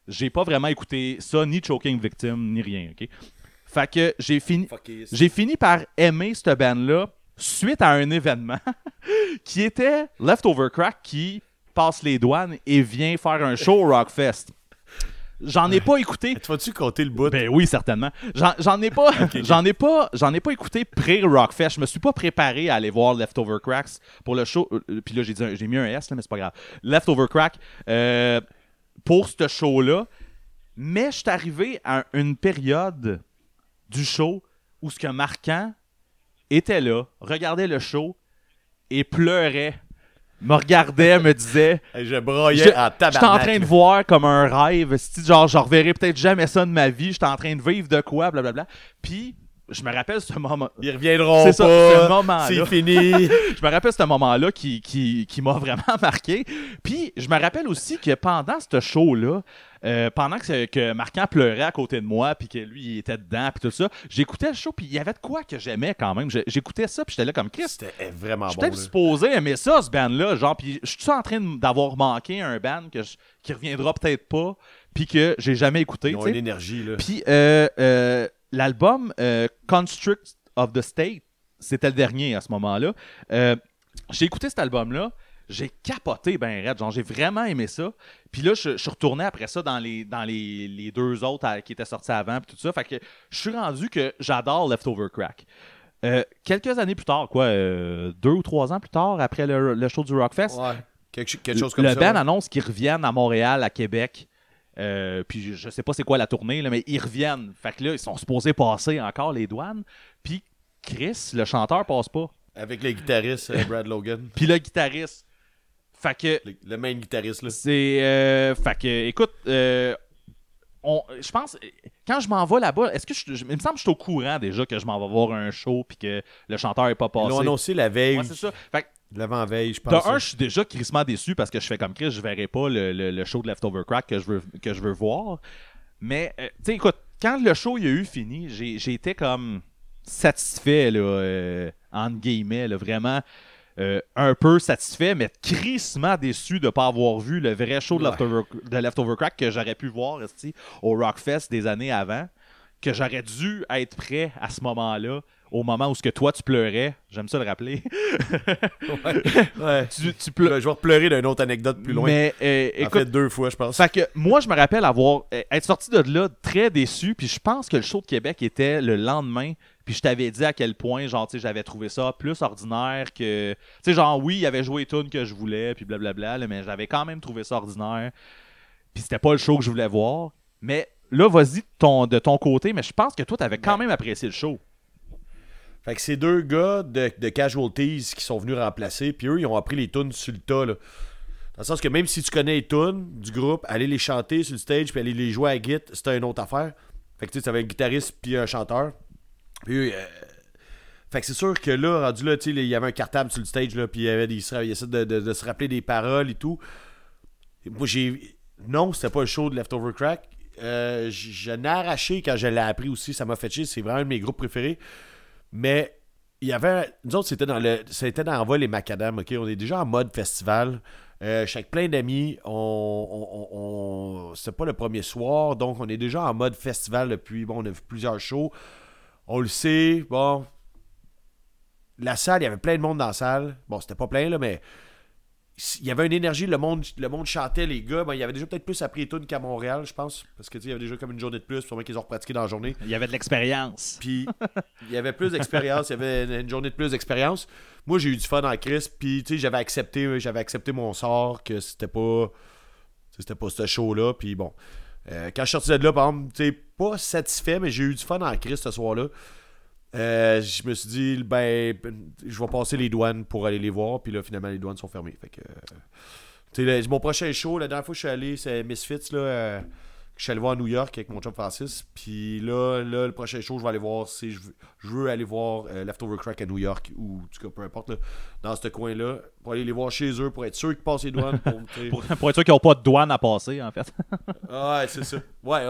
j'ai pas vraiment écouté ça, ni Choking Victim, ni rien, OK? Fait que j'ai fini par aimer cette band-là suite à un événement qui était Leftover Crack qui passe les douanes et vient faire un show au Rockfest. J'en ai pas écouté. Tu vas-tu compter le bout? Ben oui, certainement. J'en ai pas écouté pré-Rockfest. Je me suis pas préparé à aller voir Leftover Cracks pour le show. Puis là, j'ai mis un S, là, mais c'est pas grave. Leftover Crack pour ce show-là. Mais je suis arrivé à une période du show où ce que Marquand était là, regardait le show et pleurait. Me regardait, me disait... Je broyais en tabarnak. J'étais en train de voir comme un rêve. Genre, je reverrai peut-être jamais ça de ma vie. J'étais en train de vivre de quoi, blablabla. Puis, je me rappelle ce moment... Ils reviendront c'est pas. Ce moment-là. C'est fini. Je me rappelle ce moment-là qui m'a vraiment marqué. Puis, je me rappelle aussi que pendant ce show-là, pendant que Marquand pleurait à côté de moi, puis que lui, il était dedans, puis tout ça, j'écoutais le show, puis il y avait de quoi que j'aimais quand même. J'écoutais ça, puis j'étais là comme Chris. C'était vraiment bon. J'étais peut-être supposé aimer ça, ce band-là, genre, puis je suis en train d'avoir manqué un band qui reviendra peut-être pas, puis que j'ai jamais écouté. Ils ont une énergie, là. Puis l'album Construct of the State, c'était le dernier à ce moment-là. J'ai écouté cet album-là. J'ai capoté ben raide, genre j'ai vraiment aimé ça. Puis là, je suis retourné après ça dans les deux autres qui étaient sortis avant puis tout ça. Fait que je suis rendu que j'adore Leftover Crack. Quelques années plus tard, 2 ou 3 ans plus tard, après le show du Rockfest, ouais, quelque chose comme ça. Le band annonce qu'ils reviennent à Montréal, à Québec. Puis je sais pas c'est quoi la tournée, là, mais ils reviennent. Fait que là, ils sont supposés passer encore les douanes. Puis Chris, le chanteur, passe pas. Avec le guitariste Brad Logan. Puis le guitariste. Fait que le main guitariste, là. C'est. Fait que, écoute, je pense, quand je m'en vais là-bas, est-ce que il me semble que je suis au courant déjà que je m'en vais voir un show puis que le chanteur n'est pas passé. Ils l'ont annoncé la veille. Ouais, c'est ça. Fait que, l'avant-veille, je pense. je suis déjà crissement déçu parce que je fais comme Chris, je verrai pas le show de Leftover Crack que je veux voir. Mais, tu sais, écoute, quand le show il a eu fini, j'ai été comme satisfait, là, entre guillemets, là, vraiment. Un peu satisfait, mais crissement déçu de ne pas avoir vu le vrai show de Leftover Crack que j'aurais pu voir au Rockfest des années avant, que j'aurais dû être prêt à ce moment-là, au moment où ce que toi tu pleurais. J'aime ça le rappeler. Ouais. Tu pleurais. Je vais repleurer d'une autre anecdote plus loin. Mais écoute, en fait 2 fois, je pense. Fait que moi, je me rappelle être sorti de là très déçu, puis je pense que le show de Québec était le lendemain. Puis je t'avais dit à quel point, genre, tu sais, j'avais trouvé ça plus ordinaire que... Tu sais, genre, oui, il avait joué les tunes que je voulais, puis blablabla, là, mais j'avais quand même trouvé ça ordinaire. Puis c'était pas le show que je voulais voir. Mais là, vas-y de ton côté, mais je pense que toi, t'avais quand même apprécié le show. Fait que c'est 2 gars de Casualties qui sont venus remplacer, puis eux, ils ont appris les tunes sur le tas, là. Dans le sens que même si tu connais les tunes du groupe, aller les chanter sur le stage, puis aller les jouer à Git, c'était une autre affaire. Fait que tu sais, t'avais un guitariste puis un chanteur. Puis, fait que c'est sûr que là, rendu là, tu sais, il y avait un cartable sur le stage, là, puis il essaie de se rappeler des paroles et tout. Moi, non, c'était pas le show de Leftover Crack. Je n'ai arraché quand je l'ai appris aussi, ça m'a fait chier, c'est vraiment un de mes groupes préférés. Mais il y avait. Nous autres, c'était dans Envol et Macadam, ok? On est déjà en mode festival. Je suis avec plein d'amis. C'était pas le premier soir, donc on est déjà en mode festival depuis. Bon, on a vu plusieurs shows. On le sait, bon. La salle, il y avait plein de monde dans la salle. Bon, c'était pas plein, là, mais il y avait une énergie, le monde chantait, les gars. Ben, il y avait déjà peut-être plus appris les tunes qu'à Montréal, je pense. Parce que, tu sais, il y avait déjà comme une journée de plus, sûrement qu'ils ont repratiqué dans la journée. Il y avait de l'expérience. Puis, il y avait plus d'expérience, il y avait une journée de plus d'expérience. Moi, j'ai eu du fun en crise, puis, tu sais, j'avais accepté mon sort, que c'était pas ce show-là, puis bon. Quand je suis sorti de là, par exemple, tu sais, pas satisfait, mais j'ai eu du fun en crise ce soir-là. Je me suis dit, ben, je vais passer les douanes pour aller les voir, puis là, finalement, les douanes sont fermées. Fait que, tu sais, mon prochain show, la dernière fois que je suis allé, c'est Misfits, là, que je suis allé voir à New York avec mon chum Francis. Puis là, le prochain show, je vais aller voir, je veux aller voir Leftover Crack à New York, ou en tout cas, peu importe, là, dans ce coin-là, pour aller les voir chez eux, pour être sûr qu'ils passent les douanes. Pour être sûr qu'ils n'ont pas de douane à passer, en fait. Ouais, c'est ça. Ouais.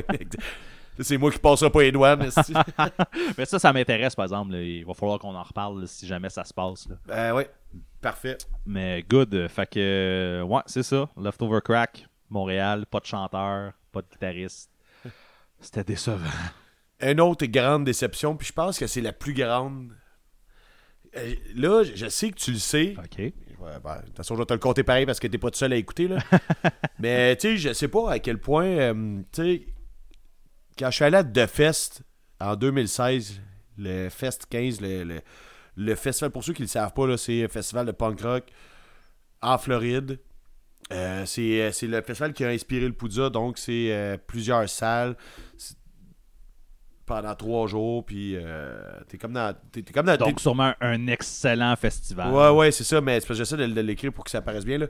C'est moi qui passerai pas les douanes. Mais ça m'intéresse, par exemple. Là. Il va falloir qu'on en reparle là, si jamais ça se passe. Ouais, parfait. Mais good. Fait que, ouais, c'est ça. Leftover Crack. Montréal, pas de chanteur, pas de guitariste. C'était décevant. Une autre grande déception, puis je pense que c'est la plus grande. Là, je sais que tu le sais. OK. Ouais, de toute façon, je vais te le compter pareil parce que t'es pas tout seul à écouter. Là. Mais tu sais, je sais pas à quel point. Tu sais, quand je suis allé à The Fest en 2016, le Fest 15, le festival, pour ceux qui ne le savent pas, là, c'est un festival de punk rock en Floride. C'est le festival qui a inspiré le Poudja, donc c'est plusieurs salles pendant 3 jours, puis t'es comme dans... Donc sûrement un excellent festival. Ouais, c'est ça, mais c'est parce que j'essaie de l'écrire pour que ça paraisse bien, là.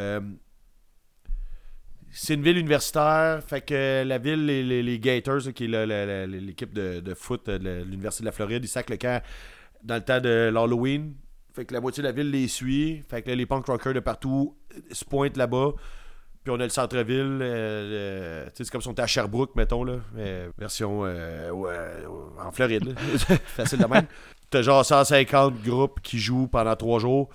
C'est une ville universitaire, fait que la ville, les Gators, là, qui est l'équipe de foot de l'Université de la Floride, ils sacrent le camp dans le temps de l'Halloween. Fait que la moitié de la ville les suit. Fait que là, les punk rockers de partout se pointent là-bas. Puis on a le centre-ville. C'est comme si on était à Sherbrooke, mettons, là. Version en Floride. Là. Facile de même. T'as genre 150 groupes qui jouent pendant 3 jours.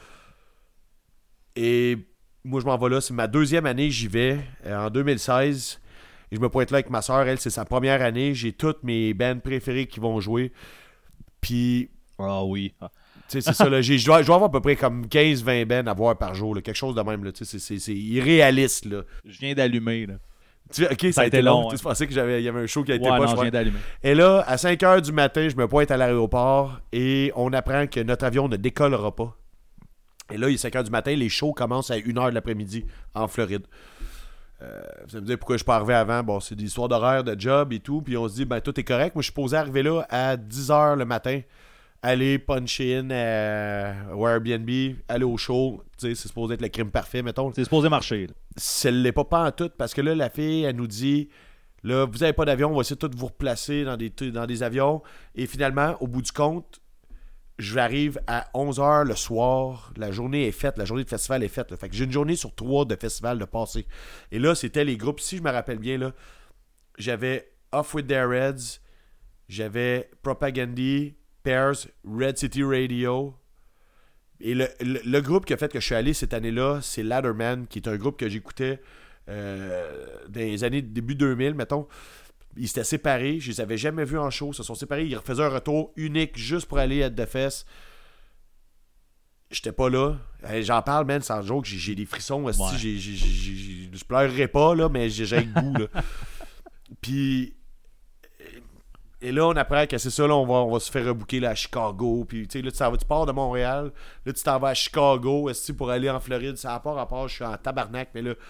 Et moi, je m'en vais là. C'est ma 2e année, j'y vais. En 2016. Et je me pointe là avec ma soeur. Elle, c'est sa première année. J'ai toutes mes bands préférées qui vont jouer. Puis... Ah oui. C'est ça, là. Je dois avoir à peu près comme 15-20 bands à voir par jour, là. Quelque chose de même, là. C'est irréaliste, là. Je viens d'allumer, là. Ok, ça a été long. Tu pensais qu'il y avait un show qui a été pas. Non, je viens d'allumer. Et là, à 5h du matin, je me pointe à l'aéroport et on apprend que notre avion ne décollera pas. Et là, il est 5h du matin, les shows commencent à 1h de l'après-midi en Floride. Vous allez me dire pourquoi je suis pas arrivé avant. Bon, c'est des histoires d'horaire, de job et tout. Puis on se dit, ben tout est correct. Moi, je suis posé arriver là à 10h le matin. Aller punch in au Airbnb, aller au show, c'est supposé être le crime parfait, mettons. C'est supposé marcher. Là. Ça ne l'est pas en tout, parce que là, la fille, elle nous dit, là, vous n'avez pas d'avion, on va essayer de tout vous replacer dans des avions. Et finalement, au bout du compte, je arrive à 11h le soir, la journée est faite, la journée de festival est faite. Là. Fait que j'ai une journée sur 3 de festival de passé. Et là, c'était les groupes, si je me rappelle bien, là, j'avais Off With Their Reds, j'avais Propagandy, Pairs, Red City Radio. Et le groupe qui a fait que je suis allé cette année-là, c'est Ladderman, qui est un groupe que j'écoutais dans les années début 2000, mettons. Ils s'étaient séparés, je les avais jamais vus en show, ils se sont séparés, ils refaisaient un retour unique juste pour aller à The Fest. J'étais pas là. J'en parle, man, sans joke, j'ai des frissons. Ouais. Je pleurerais pas, là, mais j'ai le goût. Là. Puis... Et là, on apprend que c'est ça, là, on va se faire rebooker là, à Chicago. Puis, tu sais, là, tu pars de Montréal. Là, tu t'en vas à Chicago. Est-ce pour aller en Floride? Ça n'a pas rapport, je suis en tabarnak. Mais là,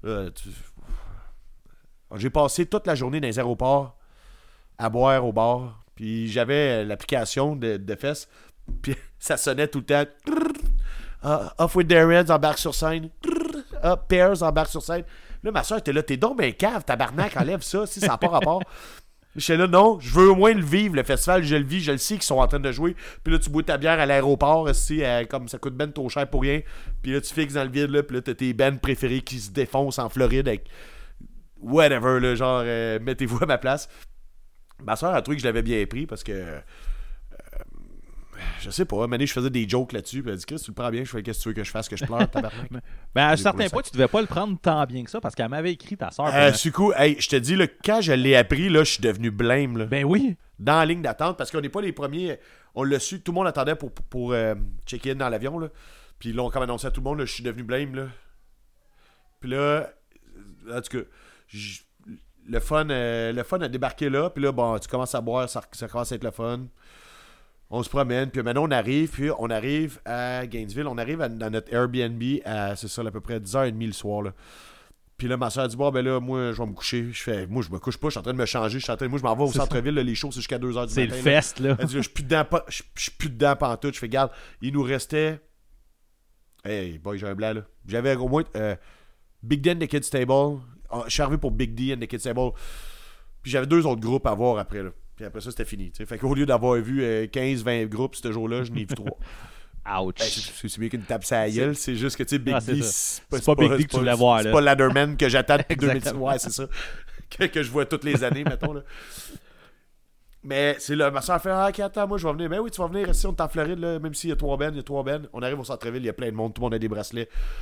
j'ai passé toute la journée dans les aéroports à boire au bar. Puis, j'avais l'application de Fest. Puis, ça sonnait tout le temps. Off With Their Reds, embarque sur scène. Pairs, embarque sur scène. Là, ma soeur était là. T'es donc ben cave, tabarnak, enlève ça. Si ça n'a pas rapport. J'étais là, non, je veux au moins le vivre, le festival, je le vis, je le sais qu'ils sont en train de jouer. Puis là, tu bois ta bière à l'aéroport, comme ça coûte ben trop cher pour rien. Puis là, tu fixes dans le vide, là, puis là, t'as tes bands préférés qui se défoncent en Floride avec whatever, là, genre, mettez-vous à ma place. Ma soeur a trouvé que je l'avais bien pris parce que je sais pas, à un moment donné, je faisais des jokes là-dessus, puis elle dit, Chris, tu le prends bien, je fais, qu'est-ce que tu veux que je fasse, que je pleure, tabarnak? Ben, à un certain point, tu devais pas le prendre tant bien que ça, parce qu'elle m'avait écrit, ta soeur. Du coup, hey, je te dis, là, quand je l'ai appris, là, je suis devenu blême, là. Ben oui. Dans la ligne d'attente, parce qu'on n'est pas les premiers, on l'a su, tout le monde attendait pour check-in dans l'avion, là. Puis là, on comme annoncé à tout le monde, là, je suis devenu blême, là. Puis là, en tout cas, le fun a débarqué là, puis là, bon, tu commences à boire, ça commence à être le fun. On se promène, puis maintenant on arrive à Gainesville, on arrive dans notre Airbnb à, c'est ça, à peu près 10h30 le soir, là. Puis là, ma soeur dit, bon, ben là, moi, je vais me coucher. Je fais, moi, je me couche pas, je suis en train de me changer, moi, je m'en vais au centre-ville, là, les shows, c'est jusqu'à 2h du matin. C'est le fest, là. Elle dit, je suis plus dedans pantoute. Je fais, garde, il nous restait, hey, boy, j'ai un blanc, là. J'avais au moins Big D and the Kids Table, je suis arrivé pour Big D and the Kids Table, puis j'avais 2 autres groupes à voir après, là. Puis après ça, c'était fini. T'sais. Fait qu'au lieu d'avoir vu 15-20 groupes ce jour-là, je n'ai vu 3. Ouch. C'est mieux qu'une tape sur la gueule. C'est juste que, tu sais, Big D, c'est pas Big D que tu voulais voir. C'est pas Ladderman que j'attends depuis 2006. Ouais, c'est ça. que je vois toutes les années, mettons. Là. Mais c'est là, ma soeur fait, ok, attends, moi, je vais venir. Ben oui, tu vas venir ici, on est en Floride, là, même s'il y a 3 bennes, On arrive au centre-ville, il y a plein de monde, tout le monde a des bracelets.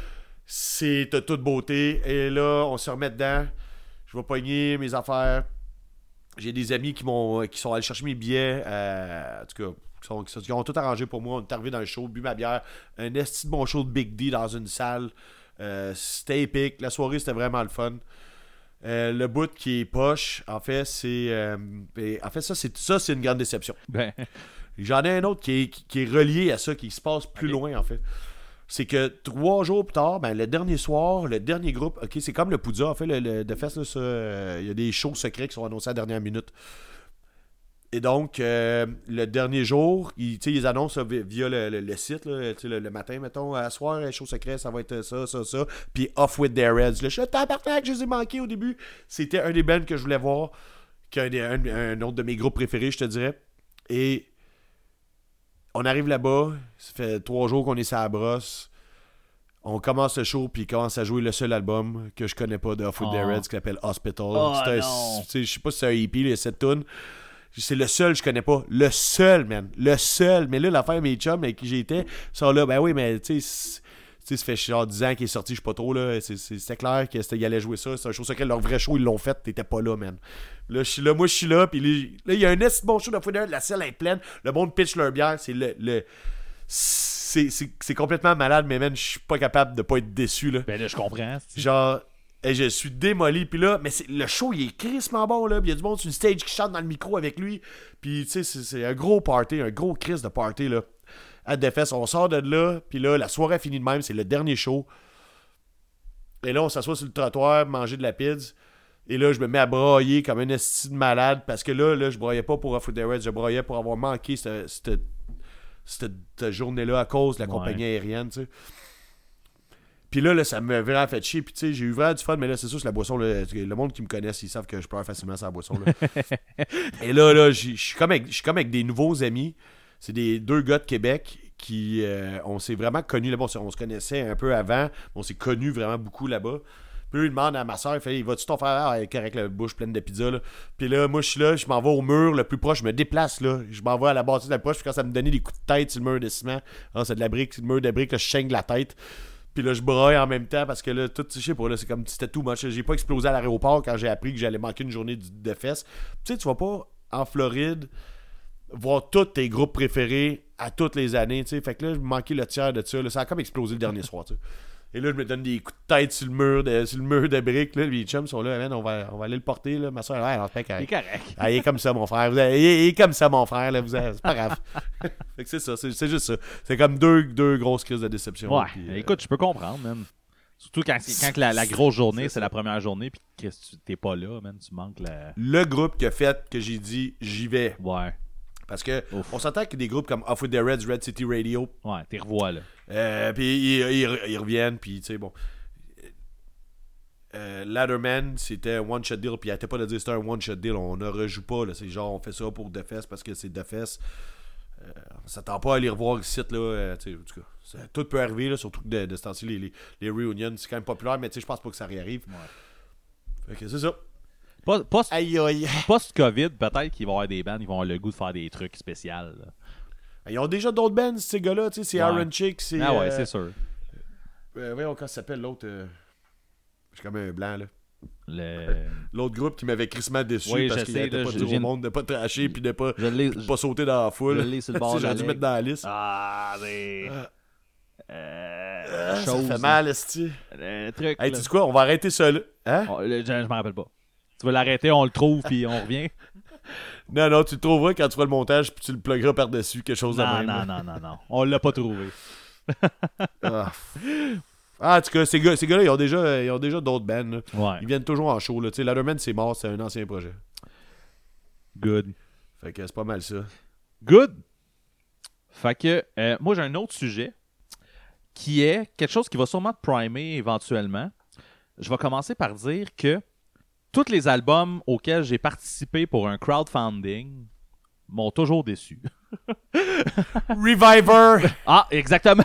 c'est de toute beauté. Et là, on se remet dedans. Je vais pogner mes affaires. J'ai des amis qui sont allés chercher mes billets. En tout cas, qui ont tout arrangé pour moi. On est arrivé dans le show, bu ma bière. Un esti de bon show de Big D dans une salle. C'était épique. La soirée, c'était vraiment le fun. Le bout qui est poche, en fait, c'est... ça, c'est une grande déception. Ben... J'en ai un autre qui est relié à ça, qui se passe plus loin, en fait. C'est que 3 jours plus tard, le dernier soir, le dernier groupe, ok, c'est comme le Poudja, en fait, le DeFest, il y a des shows secrets qui sont annoncés à la dernière minute. Et donc, le dernier jour, ils annoncent via le site, là, le matin, mettons, à soir, un show secret, ça va être ça. Puis Off With Their Heads. Je suis tabarnak, je les ai manqués au début. C'était un des bands que je voulais voir, un autre de mes groupes préférés, je te dirais. Et on arrive là-bas, ça fait 3 jours qu'on est sur la brosse. On commence le show, puis il commence à jouer le seul album que je connais pas de Off With Their Heads, qui s'appelle Hospital. Je sais pas si c'est un EP, il y a 7 tunes. C'est le seul que je connais pas. Le seul, man. Le seul. Mais là, l'affaire, mes chums avec qui j'étais, sont là. Ben oui, mais tu sais, ça fait genre 10 ans qu'il est sorti, je sais pas trop, là. C'était clair qu'il allait jouer ça. C'est un show secret. Leur vrai show, ils l'ont fait. T'étais pas là, man. Là, je suis là. Moi, je suis là. Puis là, il y a un esti bon show de Founder. La salle est pleine. Le monde pitch leur bière. C'est complètement malade, mais man, je suis pas capable de pas être déçu, là. Ben là, je comprends. Genre... Et je suis démoli. Puis là, mais le show, il est crissement bon, là. Puis il y a du monde sur une stage qui chante dans le micro avec lui. Puis, tu sais, c'est un gros party, un gros criss de party, là. À DeFest, on sort de là. Puis là, la soirée finit de même. C'est le dernier show. Et là, on s'assoit sur le trottoir, manger de la pizza. Et là, je me mets à brailler comme un esti de malade. Parce que là, je braillais pas pour Off With Their Heads. Je braillais pour avoir manqué cette journée-là à cause de la compagnie aérienne, tu sais. Puis là, ça m'a vraiment fait chier. Puis tu sais, j'ai eu vraiment du fun, mais là, c'est sûr, c'est la boisson. Là, le monde qui me connaisse, ils savent que je pleure facilement sur la boisson. Là. Et là, je suis comme avec des nouveaux amis. C'est des 2 gars de Québec qui, on s'est vraiment connus là-bas. On se connaissait un peu avant. On s'est connus vraiment beaucoup là-bas. Puis lui, il demande à ma soeur, il fait, vas-tu ton frère avec la bouche pleine de pizza, là? Puis là, moi, je suis là, je m'en vais au mur le plus proche, je me déplace, là. Je m'en vais à la bâtisse la plus proche, puis quand ça me donnait des coups de tête sur le mur de ciment, c'est de la brique, le mur de brique, là, je saigne la tête. Puis là, je braille en même temps parce que là, tout, je sais pas, là, c'est comme c'était tout moche. J'ai pas explosé à l'aéroport quand j'ai appris que j'allais manquer une journée de fesses. Tu sais, tu vas pas en Floride voir tous tes groupes préférés à toutes les années, tu sais. Fait que là, je me manquais le tiers de ça. Là, ça a comme explosé le dernier soir, tu sais. Et là, je me donne des coups de tête sur le mur de briques. Là. Les chums sont là, man, on va aller le porter. Là. Ma soeur, c'est correct. Il est correct. Il est comme ça, mon frère. Il est comme ça, mon frère. Là. C'est pas grave. Fait que c'est ça, c'est juste ça. C'est comme deux grosses crises de déception. Ouais, puis, écoute, je peux comprendre, man. Surtout quand la grosse journée, c'est la première journée, puis que t'es pas là, man, tu manques la... Le groupe qui a fait que j'ai dit, j'y vais. Ouais. Parce que on s'entend que des groupes comme Off With Their Heads, Red City Radio. Ouais, t'es revois là. Puis ils reviennent, puis tu sais, bon. Ladderman, c'était un one-shot deal, puis il arrêtait pas de dire c'était un one-shot deal. On ne rejoue pas, là. C'est genre, on fait ça pour DeFest parce que c'est DeFest. On s'attend pas à aller revoir le site, là. En tout cas, tout peut arriver, là, surtout que de ce temps-ci, les reunions, c'est quand même populaire, mais tu sais, je pense pas que ça réarrive. Ouais. Fait que c'est ça. Post-COVID, peut-être qu'ils vont avoir des bands, ils vont avoir le goût de faire des trucs spéciaux. Là. Ils ont déjà d'autres bands, ces gars-là. Tu sais, c'est Iron Chick, c'est... Ah ouais, c'est sûr. Voyons, comment ça s'appelle l'autre... J'ai comme un blanc, là. Le... L'autre groupe qui m'avait crissement déçu parce qu'il n'était pas dire au monde de pas tracher puis de pas sauter dans la foule. Je l'ai sur le bord de la J'aurais dû mettre dans la liste. Ah, mais... ça fait mal, esti. Le truc, hey, tu sais quoi, on va arrêter ça là. Hein? Je m'en rappelle pas. Tu vas l'arrêter, on le trouve puis on revient. Non, tu le trouveras quand tu feras le montage puis tu le pluggeras par-dessus, quelque chose de même. Non. On l'a pas trouvé. En tout cas, ces gars-là, ils ont déjà d'autres bands. Là. Ouais. Ils viennent toujours en show. Ladderman, c'est mort, c'est un ancien projet. Good. Fait que c'est pas mal ça. Good. Fait que moi, j'ai un autre sujet qui est quelque chose qui va sûrement te primer éventuellement. Je vais commencer par dire que tous les albums auxquels j'ai participé pour un crowdfunding m'ont toujours déçu. Reviver! Ah, exactement!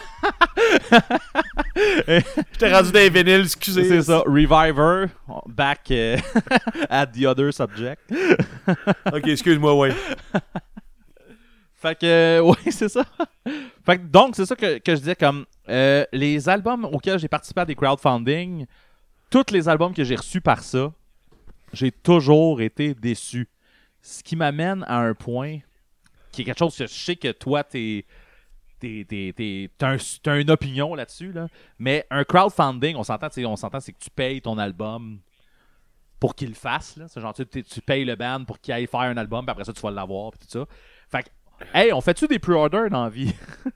J'étais rendu dans les vinyles, excusez. C'est ça, Reviver, back at the other subject. Ok, excuse-moi, ouais. Fait que, ouais, c'est ça. Fait que, donc, c'est ça que je disais comme les albums auxquels j'ai participé à des crowdfunding, tous les albums que j'ai reçus par ça, j'ai toujours été déçu. Ce qui m'amène à un point qui est quelque chose que je sais que toi, t'as une opinion là-dessus, là. Mais un crowdfunding, on s'entend, c'est que tu payes ton album pour qu'il le fasse. Là. C'est genre, tu payes le band pour qu'il aille faire un album, puis après ça, tu vas l'avoir, puis tout ça. Fait que, hey, on fait-tu des pre-orders dans la vie?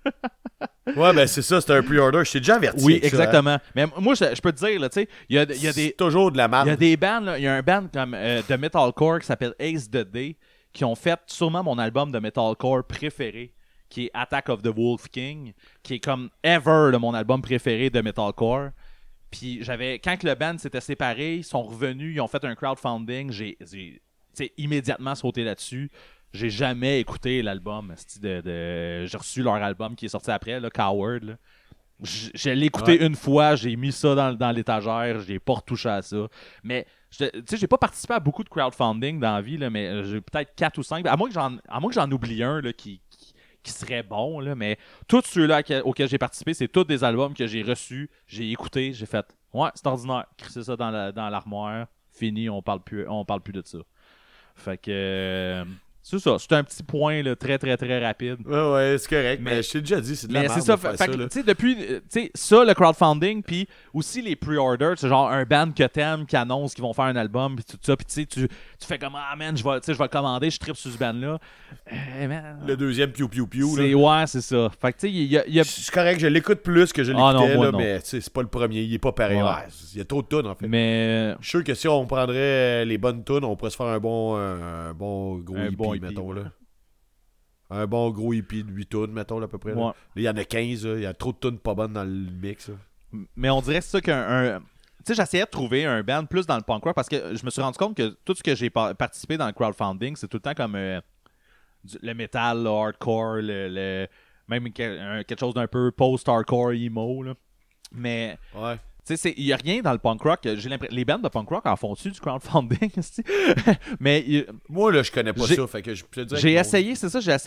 Ouais, ben c'est ça, c'est un pre-order. Je t'ai déjà averti. Oui, exactement. Ça, hein? Mais moi, je peux te dire, tu sais, il y a des... toujours de la merde. Il y a des bands, il y a un band comme de metalcore qui s'appelle Ace the Day, qui ont fait sûrement mon album de metalcore préféré, qui est Attack of the Wolf King, qui est comme ever mon album préféré de metalcore. Puis quand le band s'était séparé, ils sont revenus, ils ont fait un crowdfunding, j'ai immédiatement sauté là-dessus. J'ai jamais écouté l'album. J'ai reçu leur album qui est sorti après, là, Coward. Là. Je l'ai écouté une fois, j'ai mis ça dans l'étagère, j'ai pas retouché à ça. Mais j'ai pas participé à beaucoup de crowdfunding dans la vie, là, mais j'ai peut-être 4 ou 5. À moins que j'en oublie un là, qui serait bon, là, mais tous ceux-là auxquels j'ai participé, c'est tous des albums que j'ai reçus, j'ai écouté, j'ai fait ouais, c'est ordinaire, crisser ça dans l'armoire, fini, on parle plus de ça. Fait que c'est ça, c'est un petit point là, très très très rapide. Ouais, c'est correct, mais je t'ai déjà dit, c'est de la merde. Mais c'est ça, fait que, tu sais, depuis, tu sais, ça, le crowdfunding, puis aussi les pre-orders, c'est genre un band que t'aimes qui annonce qu'ils vont faire un album, puis tout ça, puis tu sais, tu fais comme, ah man, je vais le commander, je trippe sur ce band-là. Le deuxième piou-piou-piou. Ouais, c'est ça. Fait que, tu sais, il y a... C'est correct, je l'écoute plus que je l'écoutais, là, mais tu sais, c'est pas le premier, il est pas pareil. Ouais. Il y a trop de tunes, en fait. Mais... Je suis sûr que si on prendrait les bonnes tunes, on pourrait se faire un bon gros hippie, mettons, là. Un bon gros hippie de 8 tonnes, mettons, là, à peu près. Là. Il y en a 15, il y a trop de tonnes pas bonnes dans le mix. Là. Mais on dirait ça qu'un... Tu sais, j'essayais de trouver un band plus dans le punk rock parce que je me suis rendu compte que tout ce que j'ai participé dans le crowdfunding, c'est tout le temps comme le metal, le hardcore, même quelque chose d'un peu post-hardcore emo. Là. Mais... Ouais. Tu sais, il n'y a rien dans le punk rock. J'ai l'impression les bands de punk rock en font-tu du crowdfunding? Mais moi, là, je connais pas ça. Fait que je peux te dire j'ai essayé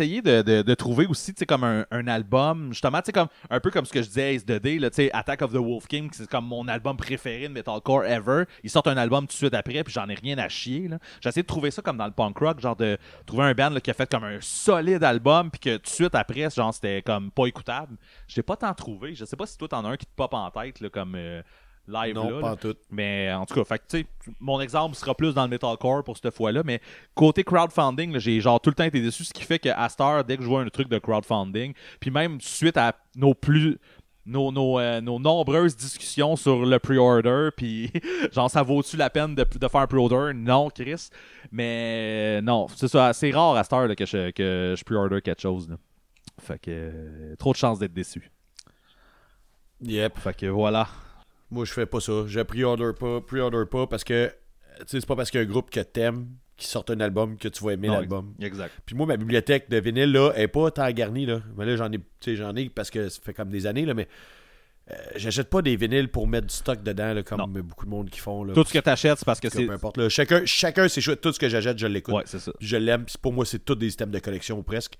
de trouver aussi, tu sais, comme un album, justement, tu sais, comme un peu comme ce que je disais Ace the Day, tu sais, Attack of the Wolf King, c'est comme mon album préféré de metalcore ever. Ils sortent un album tout de suite après, puis j'en ai rien à chier. Là. J'ai essayé de trouver ça comme dans le punk rock, genre de trouver un band là, qui a fait comme un solide album, puis que tout de suite après, genre, c'était comme pas écoutable. Je l'ai pas tant trouvé. Je sais pas si toi, t'en as un qui te pop en tête, là, comme... live non, là, pas en tout. Mais en tout cas, fait que, mon exemple sera plus dans le metalcore pour cette fois-là, mais côté crowdfunding, là, j'ai genre tout le temps été déçu, ce qui fait qu'à cette heure, dès que je vois un truc de crowdfunding, puis même suite à nos nombreuses discussions sur le pre-order, puis genre ça vaut-tu la peine de faire un pre-order? Non, Chris. Mais non, c'est ça, c'est rare à cette heure là, que je pre-order quelque chose. Là. Fait que trop de chances d'être déçu. Yep. Fait que voilà. Moi, je fais pas ça. Je pre-order pas parce que, tu sais, c'est pas parce qu'il y a un groupe que t'aimes qui sort un album que tu vas aimer l'album. Exact. Puis moi, ma bibliothèque de vinyle, là, elle est pas tant garnie, là. Mais là, j'en ai parce que ça fait comme des années, là, mais j'achète pas des vinyles pour mettre du stock dedans, là, comme beaucoup de monde qui font, là. Tout ce que t'achètes, c'est parce que c'est... Peu importe, là. Chacun c'est chouette. Tout ce que j'achète, je l'écoute. Ouais, c'est ça. Puis je l'aime. Puis pour moi, c'est tous des systèmes de collection, presque.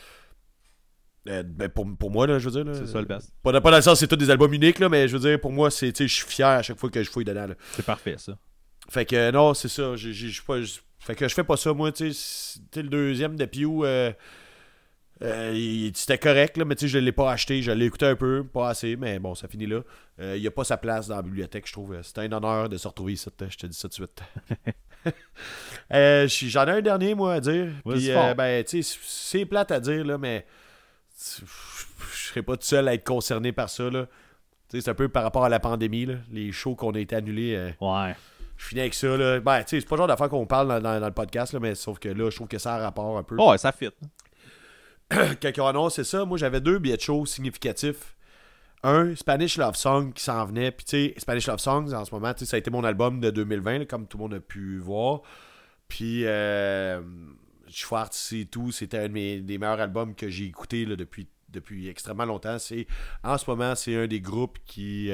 Ben pour moi, là, je veux dire. Là, c'est ça le best. Pas dans le sens c'est tous des albums uniques, là, mais je veux dire, pour moi, c'est, je suis fier à chaque fois que je fouille dedans. Là. C'est parfait, ça. Fait que non, c'est ça. Fait que je fais pas ça, moi, tu sais. Le deuxième de Pew, c'était correct, là, mais tu sais, je l'ai pas acheté. Je l'ai écouté un peu, pas assez, mais bon, ça finit là. Il a pas sa place dans la bibliothèque, je trouve. C'était un honneur de se retrouver ici, je te dis ça tout de suite. J'en ai un dernier, moi, à dire. Puis, ben, tu sais, c'est plate à dire, là, mais. Je serais pas tout seul à être concerné par ça là. C'est un peu par rapport à la pandémie là. Les shows qu'on a été annulés ouais. Je finis avec ça là. Ben, c'est pas le genre d'affaires qu'on parle dans le podcast là, mais sauf que là je trouve que ça a rapport un peu. Ouais, ça fit. Quand on annonce c'est ça, moi j'avais 2 billets de show significatifs. Un, Spanish Love Song qui s'en venait. Puis tu sais, Spanish Love Songs en ce moment, ça a été mon album de 2020 là, comme tout le monde a pu voir. Puis Schwartz et tout, c'était un des meilleurs albums que j'ai écouté là, depuis extrêmement longtemps. En ce moment, c'est un des groupes qui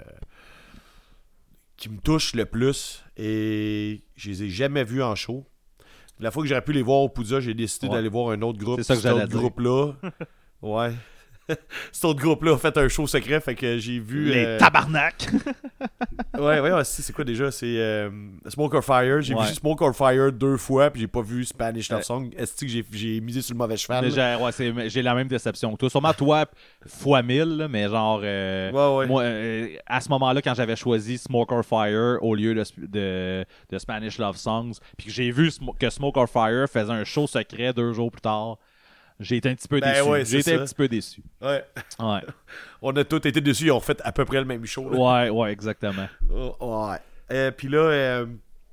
me touche le plus et je les ai jamais vus en show. La fois que j'aurais pu les voir au Poudza, j'ai décidé d'aller voir un autre groupe. C'est ça que j'allais dire. Groupe-là. Ouais. cet autre groupe-là a fait un show secret, fait que j'ai vu... Les tabarnak! ouais, c'est quoi déjà? C'est Smoke or Fire. J'ai vu Smoke or Fire 2 fois, puis j'ai pas vu Spanish Love Song. Est-ce que j'ai misé sur le mauvais cheval? J'ai la même déception que toi. Sûrement toi, fois 1000, là, mais genre... Moi, à ce moment-là, quand j'avais choisi Smoke or Fire au lieu de Spanish Love Songs, puis que j'ai vu que Smoke or Fire faisait un show secret 2 jours plus tard, j'ai été un petit peu déçu. Ouais, un petit peu déçu. Ouais. On a tous été déçus. Ils ont fait à peu près le même show. Là. Ouais, exactement. Ouais. Puis là,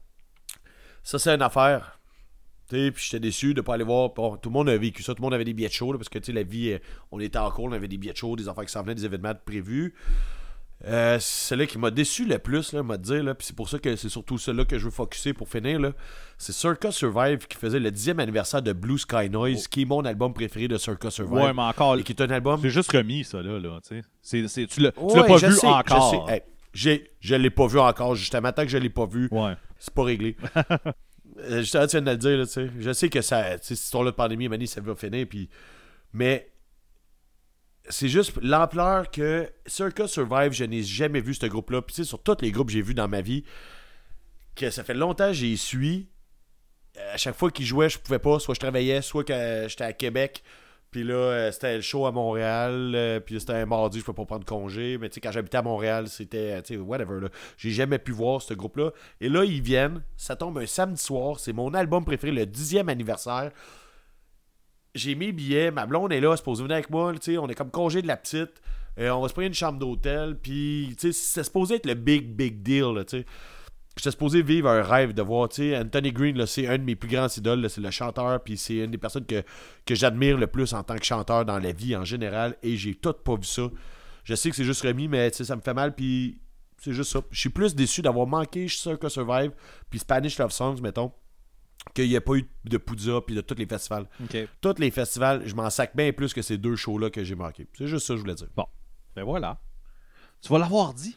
ça, c'est une affaire. Puis j'étais déçu de ne pas aller voir. Bon, tout le monde a vécu ça. Tout le monde avait des billets de show. Là, parce que la vie, on était en cours. On avait des billets de show, des affaires qui s'en venaient, des événements prévus. C'est là qui m'a déçu le plus, là, m'a dit, là, puis c'est pour ça que c'est surtout cela que je veux focusser pour finir, là. C'est Circa Survive qui faisait le 10e anniversaire de Blue Sky Noise, qui est mon album préféré de Circa Survive. Ouais, mais encore, et qui est un album... C'est juste remis, ça, là, tu sais. Tu l'as pas vu encore. Je l'ai pas vu encore, justement, tant que je l'ai pas vu, c'est pas réglé. Justement, tu viens de le dire, là, tu sais. Je sais que ça, cette histoire-là de pandémie, Mani, ça va finir, puis... Mais... C'est juste l'ampleur que Circa Survive, je n'ai jamais vu ce groupe-là. Puis tu sais, sur tous les groupes que j'ai vus dans ma vie, que ça fait longtemps que j'y suis. À chaque fois qu'ils jouaient, je pouvais pas. Soit je travaillais, soit que j'étais à Québec. Puis là, c'était le show à Montréal. Puis c'était un mardi, je pouvais pas prendre congé. Mais tu sais, quand j'habitais à Montréal, c'était, tu sais, whatever. Là. J'ai jamais pu voir ce groupe-là. Et là, ils viennent. Ça tombe un samedi soir. C'est mon album préféré, le 10e anniversaire. J'ai mis billets, ma blonde est là, elle se pose venir avec moi, on est comme congé de la petite, on va se prendre une chambre d'hôtel, puis c'est supposé être le big deal, là, j'étais supposé vivre un rêve de voir, Anthony Green, là, c'est un de mes plus grands idoles, là, c'est le chanteur, puis c'est une des personnes que j'admire le plus en tant que chanteur dans la vie en général, et j'ai tout pas vu ça. Je sais que c'est juste remis, mais ça me fait mal, puis c'est juste ça. Je suis plus déçu d'avoir manqué Circa Survive, puis Spanish Love Songs, mettons, qu'il n'y a pas eu de Poudza puis de tous les festivals. Okay. Tous les festivals, je m'en sac bien plus que ces 2 shows-là que j'ai manqués. C'est juste ça que je voulais dire. Bon, ben voilà. Tu vas l'avoir dit.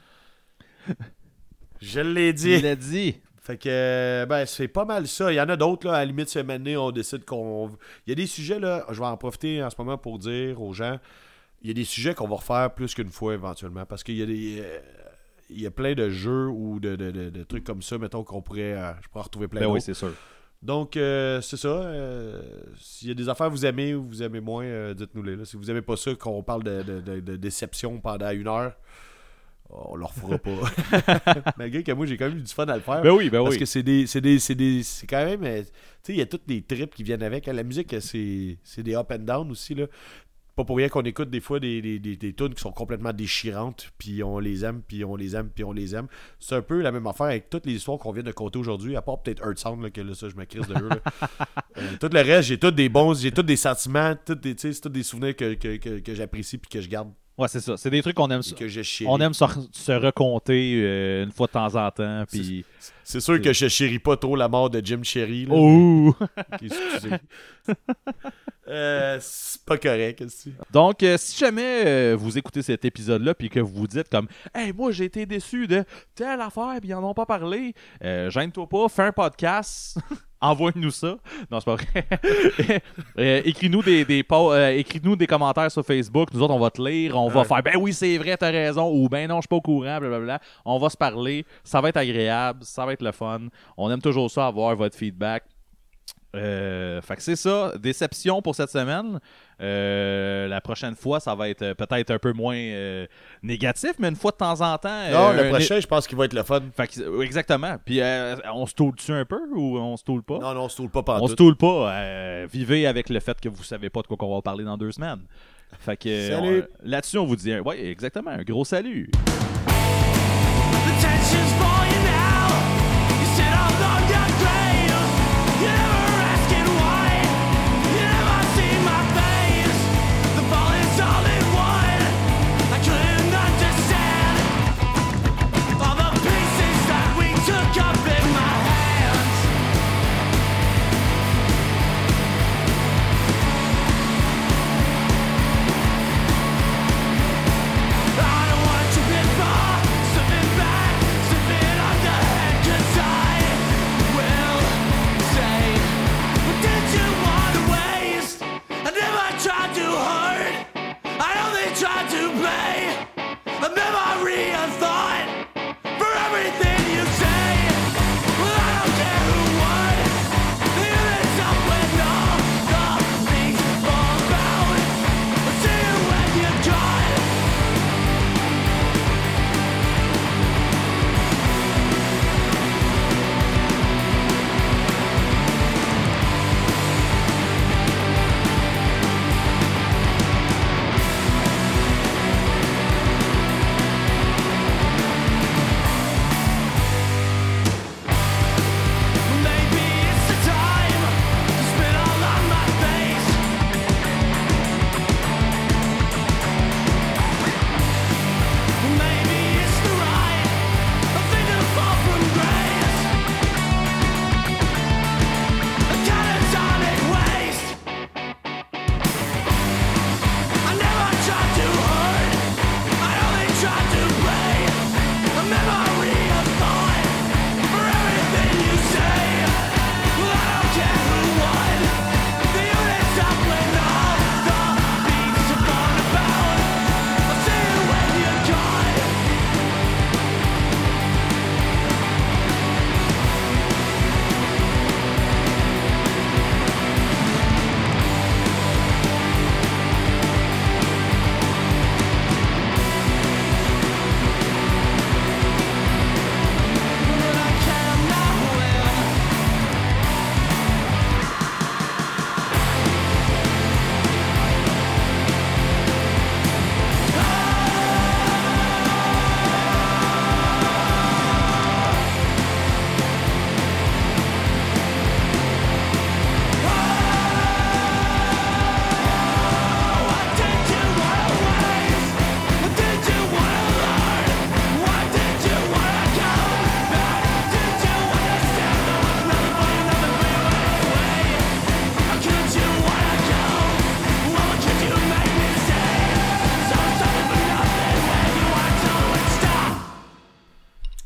Je l'ai dit. Tu l'as dit. Fait que, c'est pas mal ça. Il y en a d'autres, là, à la limite, cette année, on décide qu'on... Il y a des sujets, là, je vais en profiter en ce moment pour dire aux gens, il y a des sujets qu'on va refaire plus qu'une fois éventuellement, parce qu'il y a des... il y a plein de jeux ou de trucs comme ça, mettons, qu'on pourrait... je pourrais retrouver plein d'autres. Oui, c'est sûr. Donc, c'est ça. S'il y a des affaires que vous aimez ou vous aimez moins, dites-nous-les. Là. Si vous aimez pas ça, qu'on parle de déception pendant 1 heure, on le refera pas. Malgré que moi, j'ai quand même eu du fun à le faire. Ben oui. Parce que c'est quand même... tu sais, il y a toutes les trips qui viennent avec. La musique, c'est des up and down aussi, là. Pas pour rien qu'on écoute des fois des tunes qui sont complètement déchirantes, puis on les aime, puis on les aime, puis on les aime. C'est un peu la même affaire avec toutes les histoires qu'on vient de compter aujourd'hui, à part peut-être Earth Sound, là, que là, ça, je me crisse de eux. Tout le reste, j'ai tous des sentiments, c'est tous des souvenirs que j'apprécie puis que je garde. Ouais, c'est ça. C'est des trucs qu'on aime. Que je chéris. On aime se raconter une fois de temps en temps. Puis c'est sûr que je chéris pas trop la mort de Jim Cherry. Là, oh! Excusez. C'est pas correct. Aussi. Donc, si jamais vous écoutez cet épisode-là puis que vous vous dites comme « Hey, moi, j'ai été déçu de telle affaire puis ils en ont pas parlé. Gêne-toi pas, fais un podcast. » Envoie-nous ça. Non, c'est pas vrai. Écris-nous écris-nous des commentaires sur Facebook. Nous autres, on va te lire. On va faire « Ben oui, c'est vrai, t'as raison. » ou « Ben non, je suis pas au courant. » Blablabla. On va se parler. Ça va être agréable. Ça va être le fun. On aime toujours ça, avoir votre feedback. Fait que c'est ça. Déception pour cette semaine. La prochaine fois, ça va être peut-être un peu moins négatif, mais une fois de temps en temps. Non, le prochain, je pense qu'il va être le fun. Fait que, exactement. Puis on se toule dessus un peu ou on se toule pas? Non, on se toule pas partout. On se toule pas. Vivez avec le fait que vous savez pas de quoi qu'on va parler dans 2 semaines. Fait que là-dessus, on vous dit ouais, exactement, un gros salut.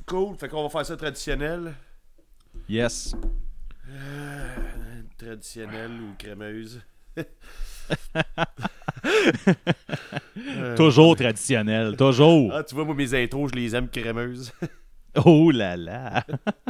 Cool, fait qu'on va faire ça traditionnel. Yes. Traditionnel ou crémeuse. Toujours traditionnel, toujours. Ah, tu vois, moi, mes intros, je les aime crémeuses. Oh là là.